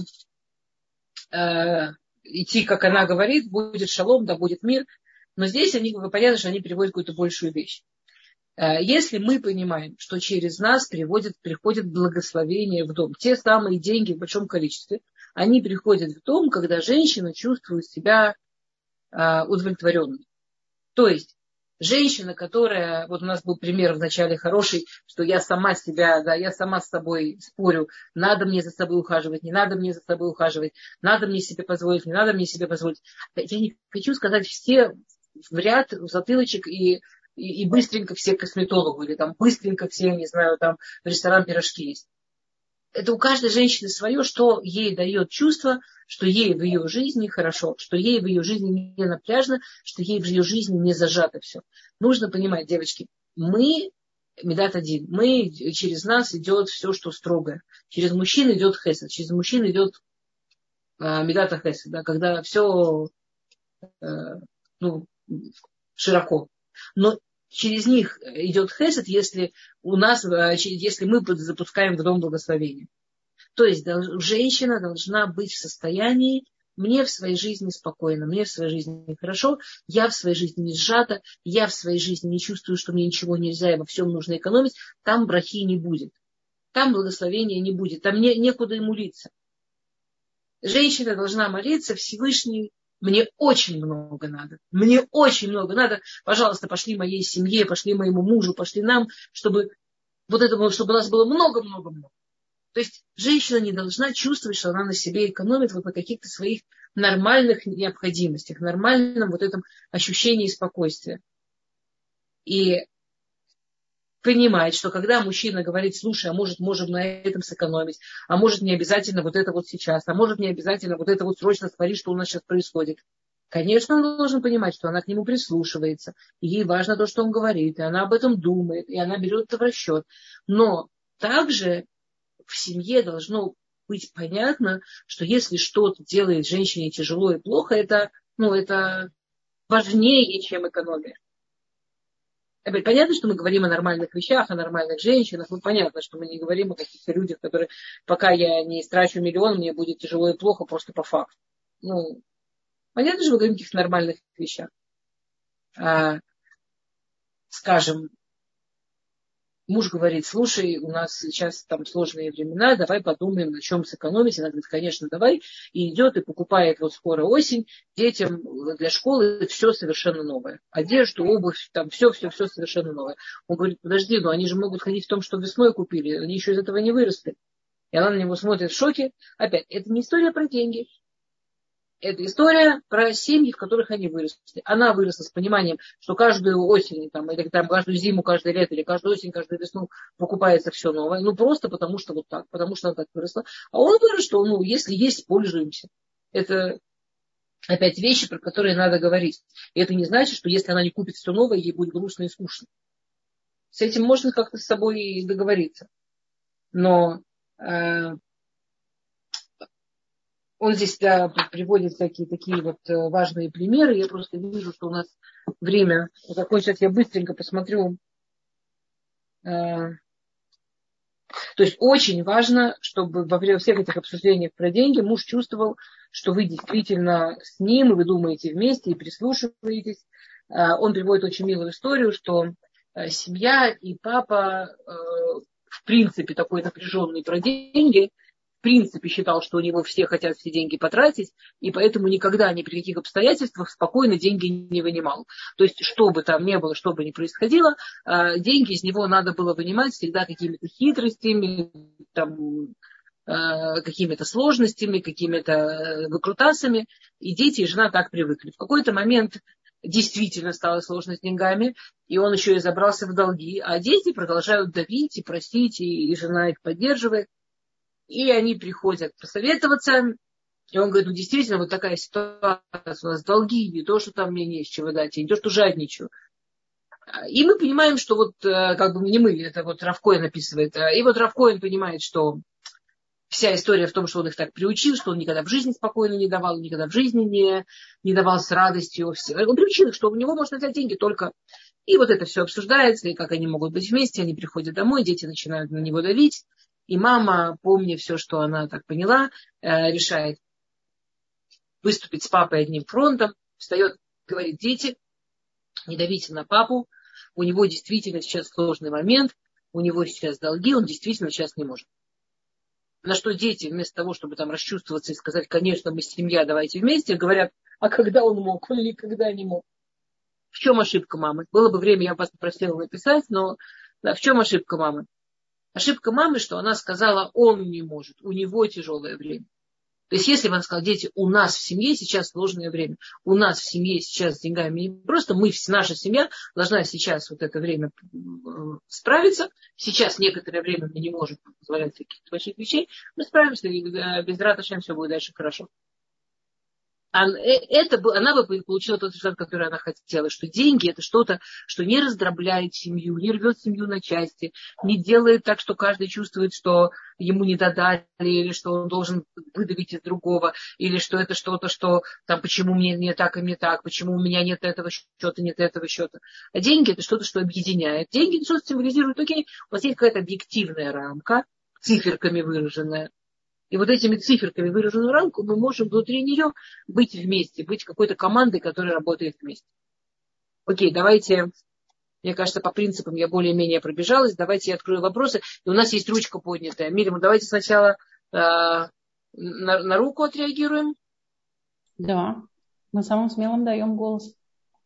идти, как она говорит, будет шалом, да будет мир. Но здесь понятно, что они переводят какую-то большую вещь. Если мы понимаем, что через нас приходит благословение в дом, те самые деньги в большом количестве, они приходят в дом, когда женщина чувствует себя удовлетворенной. То есть женщина, которая, вот у нас был пример в начале хороший, что я сама себя, да, я сама с собой спорю, надо мне за собой ухаживать, не надо мне за собой ухаживать, надо мне себе позволить, не надо мне себе позволить. Я не хочу сказать все в ряд, в затылочек и быстренько все к косметологу, или там быстренько все, не знаю, там в ресторан пирожки есть. Это у каждой женщины свое, что ей дает чувство, что ей в ее жизни хорошо, что ей в ее жизни не напряжно, что ей в ее жизни не зажато все. Нужно понимать, девочки, мы, Медат один, через нас идет все, что строгое. Через мужчин идет хесед, через мужчин идет Медата хесед, да, когда все широко. Но через них идет хесед, если мы запускаем в дом благословения. То есть женщина должна быть в состоянии: мне в своей жизни спокойно, мне в своей жизни хорошо, я в своей жизни не сжата, я в своей жизни не чувствую, что мне ничего нельзя и во всем нужно экономить. Там брахи не будет, там благословения не будет, там некуда и молиться. Женщина должна молиться: Всевышний, мне очень много надо. Мне очень много надо. Пожалуйста, пошли моей семье, пошли моему мужу, пошли нам, чтобы чтобы у нас было много-много-много. То есть женщина не должна чувствовать, что она на себе экономит вот на каких-то своих нормальных необходимостях, нормальном вот этом ощущении спокойствия. И понимать, что когда мужчина говорит: слушай, а может, можем на этом сэкономить, а может, не обязательно вот это вот сейчас, а может, не обязательно вот это вот срочно творить, что у нас сейчас происходит. Конечно, он должен понимать, что она к нему прислушивается, и ей важно то, что он говорит, и она об этом думает, и она берет это в расчет. Но также в семье должно быть понятно, что если что-то делает женщине тяжело и плохо, это важнее, чем экономия. Понятно, что мы говорим о нормальных вещах, о нормальных женщинах. Понятно, что мы не говорим о каких-то людях, которые, пока я не истрачу миллион, мне будет тяжело и плохо просто по факту. Понятно, что мы говорим о каких-то нормальных вещах. Скажем, муж говорит: слушай, у нас сейчас там сложные времена, давай подумаем, на чем сэкономить. Она говорит: конечно, давай. И идет и покупает, вот скоро осень, детям для школы все совершенно новое. Одежду, обувь, там все совершенно новое. Он говорит: подожди, они же могут ходить в том, что весной купили, они еще из этого не выросли. И она на него смотрит в шоке. Опять, это не история про деньги. Это история про семьи, в которых они выросли. Она выросла с пониманием, что каждую осень, или каждую зиму, каждое лето, или каждую осень, каждую весну покупается все новое. Просто потому что вот так, потому что она так выросла. А он вырос, что если есть, пользуемся. Это опять вещи, про которые надо говорить. И это не значит, что если она не купит все новое, ей будет грустно и скучно. С этим можно как-то с собой договориться. Но он здесь приводит всякие такие вот важные примеры. Я просто вижу, что у нас время закончилось. Я быстренько посмотрю. То есть очень важно, чтобы во время всех этих обсуждений про деньги муж чувствовал, что вы действительно с ним, и вы думаете вместе, и прислушиваетесь. Он приводит очень милую историю, что семья и папа в принципе такой напряженный про деньги, в принципе считал, что у него все хотят все деньги потратить, и поэтому никогда ни при каких обстоятельствах спокойно деньги не вынимал. То есть, что бы там ни было, что бы ни происходило, деньги из него надо было вынимать всегда какими-то хитростями, какими-то сложностями, какими-то выкрутасами. И дети и жена так привыкли. В какой-то момент действительно стало сложно с деньгами, и он еще и забрался в долги, а дети продолжают давить и просить, и жена их поддерживает. И они приходят посоветоваться, и он говорит: действительно, вот такая ситуация, у нас долги, не то, что там мне не из чего дать, не то, что жадничаю. И мы понимаем, что не мы, это Рав Коэн описывает, и вот Рав Коэн понимает, что Вся история в том, что он их так приучил, что он никогда в жизни спокойно не давал, никогда в жизни не давал с радостью. Он приучил их, что у него можно взять деньги только... И вот это все обсуждается, и как они могут быть вместе, они приходят домой, дети начинают на него давить. И мама, помня все, что она так поняла, решает выступить с папой одним фронтом, встает, говорит: дети, не давите на папу, у него действительно сейчас сложный момент, у него сейчас долги, он действительно сейчас не может. На что дети, вместо того, чтобы там расчувствоваться и сказать: конечно, мы семья, давайте вместе, говорят: а когда он мог? Он никогда не мог. В чем ошибка мамы? Было бы время, я вас попросила написать, но да, в чем ошибка мамы? Ошибка мамы, что она сказала: он не может, у него тяжелое время. То есть, если бы она сказала: дети, у нас в семье сейчас сложное время, у нас в семье сейчас с деньгами не просто, наша семья должна сейчас вот это время справиться, сейчас некоторое время мы не можем позволять каких-то больших вещей, мы справимся, и без раташем все будет дальше хорошо. Она бы получила тот результат, который она хотела, что деньги — это что-то, что не раздробляет семью, не рвет семью на части, не делает так, что каждый чувствует, что ему не додали, или что он должен выдавить из другого, или что это что-то, что там, почему мне не так и мне так, почему у меня нет этого счета, нет этого счета. А деньги — это что-то, что объединяет. Деньги — это что-то символизирует: окей, у нас есть какая-то объективная рамка, циферками выраженная. И вот этими циферками выраженную рамку мы можем внутри нее быть вместе, быть какой-то командой, которая работает вместе. Окей, давайте, мне кажется, по принципам я более-менее пробежалась. Давайте я открою вопросы. И у нас есть ручка поднятая. Мирим, давайте сначала на руку отреагируем. Да, мы самым смелым даем голос.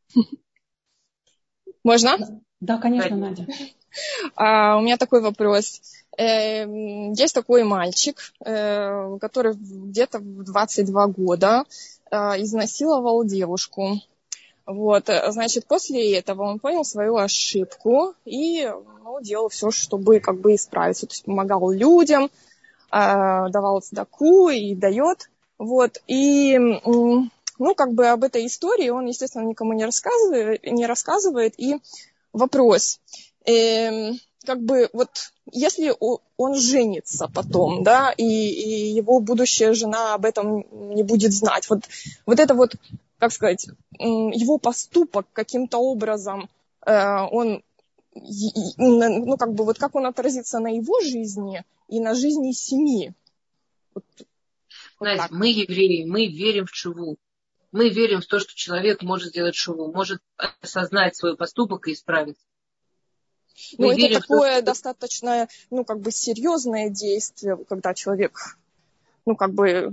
Можно? Да, конечно, Надя. У меня такой вопрос. Есть такой мальчик, который где-то в 22 года изнасиловал девушку. Вот, значит, после этого он понял свою ошибку и делал все, чтобы как бы исправиться. То есть помогал людям, давал цдаку и дает. Вот, и как бы об этой истории он, естественно, никому не рассказывает. И вопрос. Как бы вот если он женится потом, да, и его будущая жена об этом не будет знать, вот это вот, как сказать, его поступок каким-то образом, он, как бы вот как он отразится на его жизни и на жизни семьи. Знаете, мы евреи, мы верим в тшуву. Мы верим в то, что человек может сделать тшуву, может осознать свой поступок и исправиться. Ну, это такое достаточно, как бы серьезное действие, когда человек, как бы...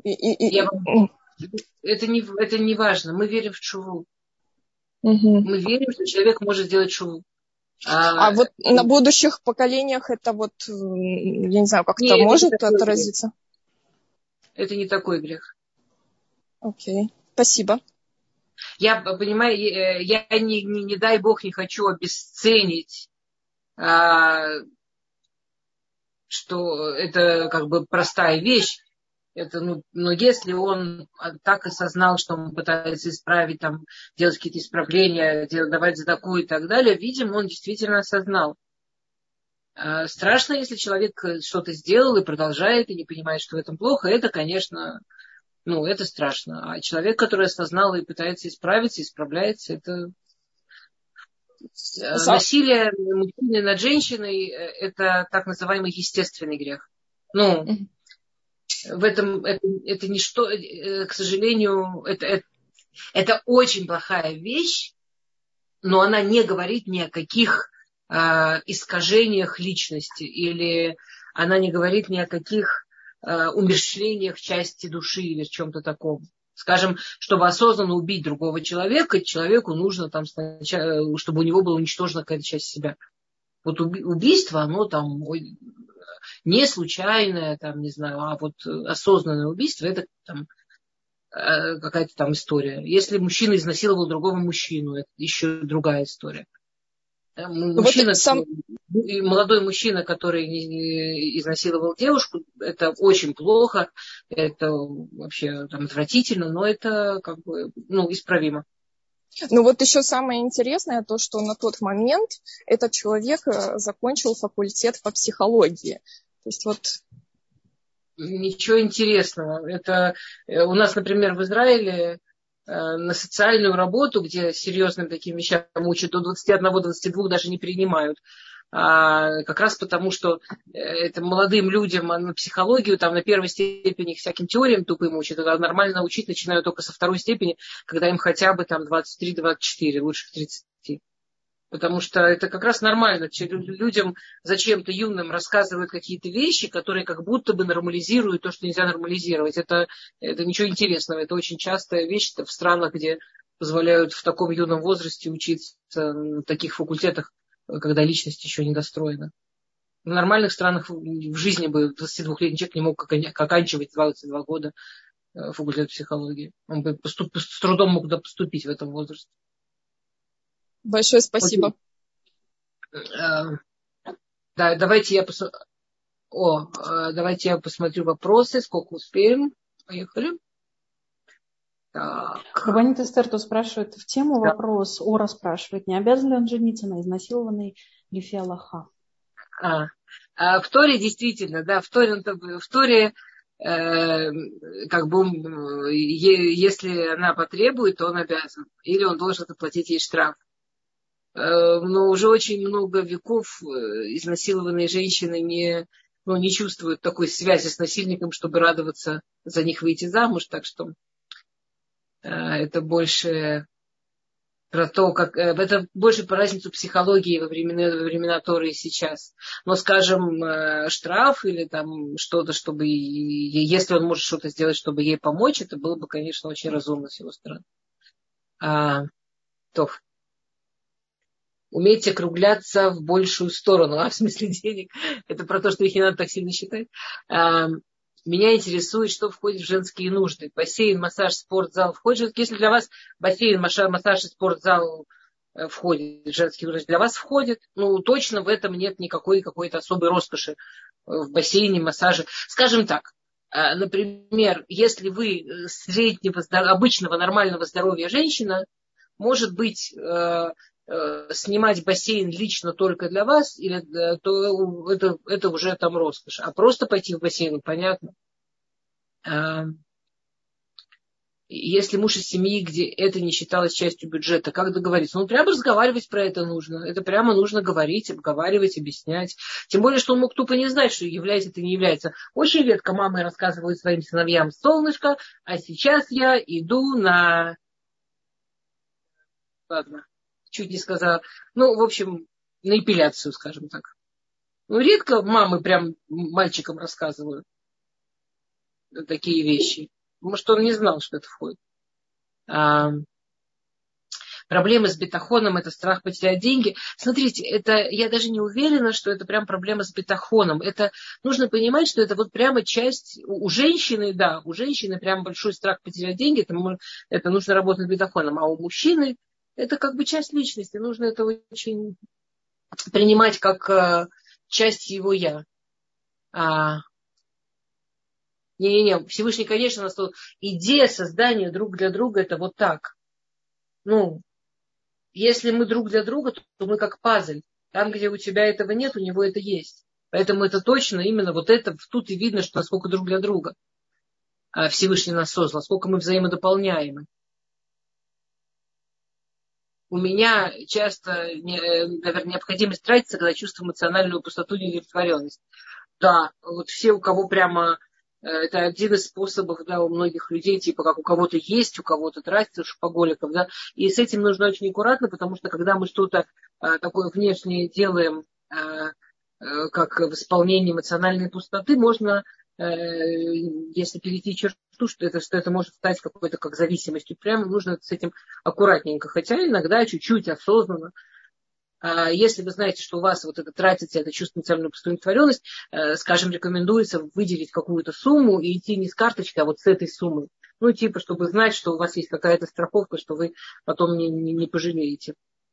Это не важно. Мы верим в тшуву. Мы верим, что человек может сделать тшуву. А вот на будущих поколениях это вот, я не знаю, как-то может отразиться? Это не такой грех. Окей, спасибо. Я, понимаю, я не дай бог, не хочу обесценить, что это как бы простая вещь. Это, но если он так осознал, что он пытается исправить, там, делать какие-то исправления, давать цдаку и так далее, видимо, он действительно осознал. Страшно, если человек что-то сделал и продолжает, и не понимает, что в этом плохо. Это, конечно, это страшно. А человек, который осознал и пытается исправиться, исправляется, это... Насилие мужчины над женщиной – это так называемый естественный грех. В этом это ничто, к сожалению, это очень плохая вещь, но она не говорит ни о каких искажениях личности, или она не говорит ни о каких умерщвлениях части души или чем-то таком. Скажем, чтобы осознанно убить другого человека, человеку нужно там сначала, чтобы у него была уничтожена какая-то часть себя. Вот убийство, оно там не случайное, там, не знаю, а вот осознанное убийство, это там какая-то там история. Если мужчина изнасиловал другого мужчину, это еще другая история. Молодой мужчина, который изнасиловал девушку, это очень плохо, это вообще там отвратительно, но это как бы, исправимо. Вот еще самое интересное, то, что на тот момент этот человек закончил факультет по психологии. То есть Ничего интересного. Это у нас, например, в Израиле на социальную работу, где серьезным таким вещам учат, до 21-22 даже не принимают. Как раз потому, что это молодым людям на психологию, там на первой степени всяким теориям тупым учат, а нормально учить начинают только со второй степени, когда им хотя бы там 23-24, лучше в 30. Потому что это как раз нормально. Людям зачем-то юным рассказывают какие-то вещи, которые как будто бы нормализируют то, что нельзя нормализировать. Это ничего интересного. Это очень частая вещь в странах, где позволяют в таком юном возрасте учиться на таких факультетах, когда личность еще не достроена. В нормальных странах в жизни бы 22-летний человек не мог оканчивать 22 года факультет психологии. Он бы с трудом мог туда поступить в этом возрасте. Большое спасибо. Да, давайте я посмотрю вопросы, сколько успеем. Поехали. Рабанит Эстер тут спрашивает в тему вопрос. Ора спрашивает, не обязан ли он жениться на изнасилованной Лифи Аллаха? В Торе действительно, да, в Торе как бы, если она потребует, то он обязан. Или он должен заплатить ей штраф. Но уже очень много веков изнасилованные женщины не чувствуют такой связи с насильником, чтобы радоваться за них выйти замуж. Так что это больше про то, как это больше по разницу психологии во времена Торы и сейчас. Но, скажем, штраф или там что-то, чтобы если он может что-то сделать, чтобы ей помочь, это было бы, конечно, очень разумно с его стороны. Уметь округляться в большую сторону, в смысле денег. Это про то, что их не надо так сильно считать. Меня интересует, что входит в женские нужды. Бассейн, массаж, спортзал входит. Если для вас бассейн, массаж и спортзал входит в женские нужды, для вас входит. Точно в этом нет никакой какой-то особой роскоши в бассейне, массаже. Скажем так, например, если вы среднего, обычного, нормального здоровья женщина, может быть, снимать бассейн лично только для вас, то это уже там роскошь. А просто пойти в бассейн, понятно. Если муж из семьи, где это не считалось частью бюджета, как договориться? Прямо разговаривать про это нужно. Это прямо нужно говорить, обговаривать, объяснять. Тем более, что он мог тупо не знать, что является это не является. Очень редко мамы рассказывают своим сыновьям: солнышко, а сейчас я иду на... Ладно. Чуть не сказала. В общем, на эпиляцию, скажем так. Редко мамы прям мальчикам рассказывают такие вещи. Может, он не знал, что это входит. Проблемы с бетахоном – это страх потерять деньги. Смотрите, я даже не уверена, что это прям проблема с бетахоном. Это нужно понимать, что это вот прямо часть у женщины, да, у женщины прям большой страх потерять деньги. Это нужно работать с бетахоном. А у мужчины это как бы часть личности. Нужно это очень принимать как часть его я. Всевышний, конечно, у нас тут идея создания друг для друга, это вот так. Если мы друг для друга, то мы как пазл. Там, где у тебя этого нет, у него это есть. Поэтому это точно именно вот это, тут и видно, что насколько друг для друга Всевышний нас создал, сколько мы взаимодополняемы. У меня часто, наверное, необходимость тратиться, когда чувствую эмоциональную пустоту и неудовлетворенность. Да, вот все, у кого прямо... Это один из способов, да, у многих людей, типа как у кого-то есть, у кого-то тратится, у шопоголиков, да. И с этим нужно очень аккуратно, потому что когда мы что-то такое внешнее делаем, как в исполнении эмоциональной пустоты, можно, если перейти черту, что это может стать какой-то как зависимостью. Прямо нужно с этим аккуратненько. Хотя иногда чуть-чуть осознанно. Если вы знаете, что у вас вот это тратится, это чувство эмоциональной удовлетворенность, скажем, рекомендуется выделить какую-то сумму и идти не с карточкой, а вот с этой суммой. Чтобы знать, что у вас есть какая-то страховка, что вы потом не пожалеете.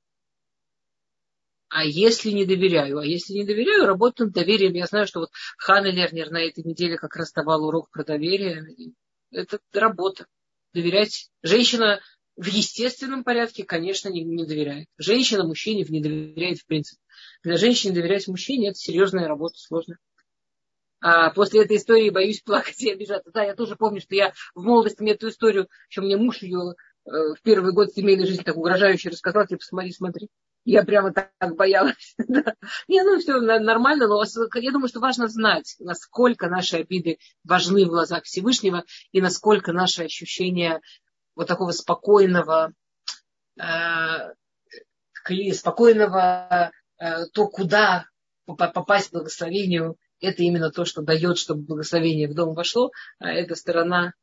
А если не доверяю? Работаю над доверием. Я знаю, что вот Ханна Лернер на этой неделе как раз давала урок про доверие. Это работа. Доверять. Женщина в естественном порядке, конечно, не доверяет. Женщина мужчине не доверяет в принципе. Для женщины доверять мужчине – это серьезная работа, сложная. А после этой истории боюсь плакать и обижаться. Да, я тоже помню, что я в молодости мне эту историю, еще мне муж ее в первый год семейной жизни так угрожающе рассказал, типа, смотри. Я прямо так боялась. Не, ну все нормально, но я думаю, что важно знать, насколько наши обиды важны в глазах Всевышнего и насколько наши ощущения вот такого спокойного, то куда попасть к благословению, это именно то, что дает, чтобы благословение в дом вошло, а это сторона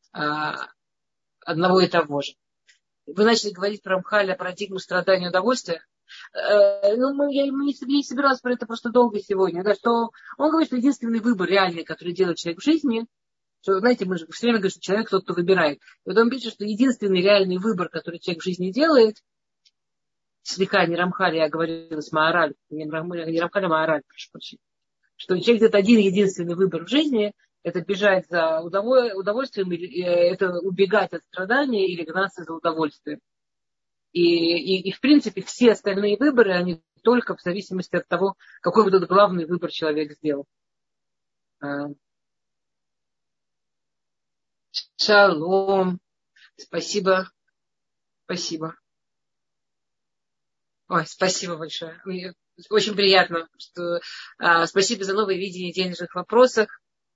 одного и того же. Вы начали говорить про Рамхаля, парадигму страдания и удовольствия. Я не собиралась про это просто долго сегодня. Да, что он говорит, что единственный выбор реальный, который делает человек в жизни, что, знаете, мы же все время говорим, что человек тот, кто выбирает. И вот он пишет, что единственный реальный выбор, который человек в жизни делает, слегка не Рамхаль, я говорила с Маараль, не Рамхаль, а Маараль, прошу прощения, что человек делает один единственный выбор в жизни, это бежать за удовольствием, это убегать от страдания или гнаться за удовольствием. И в принципе, все остальные выборы, они только в зависимости от того, какой вот этот главный выбор человек сделал. Шалом. Спасибо. Ой, спасибо большое. Мне очень приятно. Спасибо за новое видение денежных вопросов.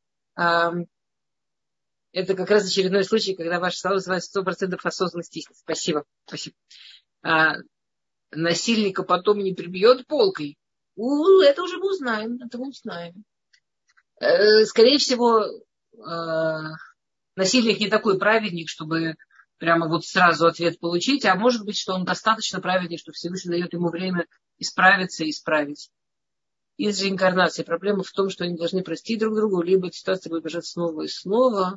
Это как раз очередной случай, когда ваши слова вызывают 100% осознанности. Спасибо. Насильника потом не прибьет полкой. Это уже мы узнаем. Скорее всего, насильник не такой праведник, чтобы прямо вот сразу ответ получить, а может быть, что он достаточно праведник, что Всевышний дает ему время исправиться и исправить. Из реинкарнации проблема в том, что они должны простить друг другу, либо эта ситуация будет бежать снова и снова.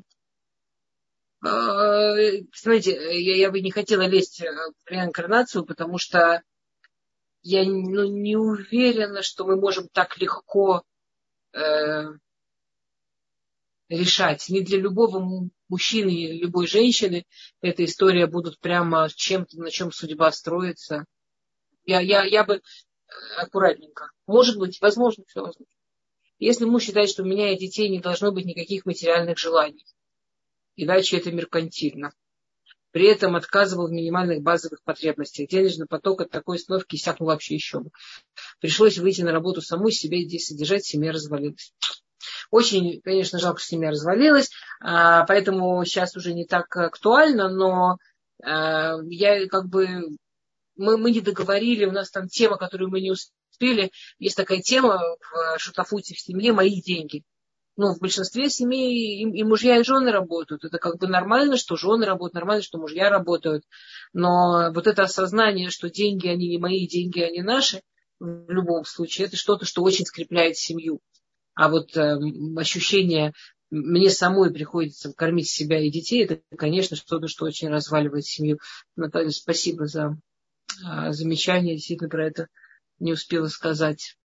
Знаете, я бы не хотела лезть в реинкарнацию, потому что я не уверена, что мы можем так легко решать. Не для любого мужчины или любой женщины эта история будет прямо чем-то, на чем судьба строится. Я бы аккуратненько. Может быть, возможно, все возможно. Если муж считает, что у меня и детей не должно быть никаких материальных желаний, иначе это меркантильно. При этом отказывал в минимальных базовых потребностях. Денежный поток от такой установки иссякнул вообще еще бы. Пришлось выйти на работу самой, себя здесь содержать, семья развалилась. Очень, конечно, жалко, что семья развалилась, поэтому сейчас уже не так актуально, но я мы не договорили, у нас там тема, которую мы не успели. Есть такая тема в шутафуте в семье «Мои деньги». В большинстве семей и мужья, и жены работают. Это нормально, что жены работают, нормально, что мужья работают. Но вот это осознание, что деньги, они не мои, деньги, они наши, в любом случае, это что-то, что очень скрепляет семью. А вот ощущение, мне самой приходится кормить себя и детей, это, конечно, что-то, что очень разваливает семью. Наталья, спасибо за замечание. Действительно, про это не успела сказать.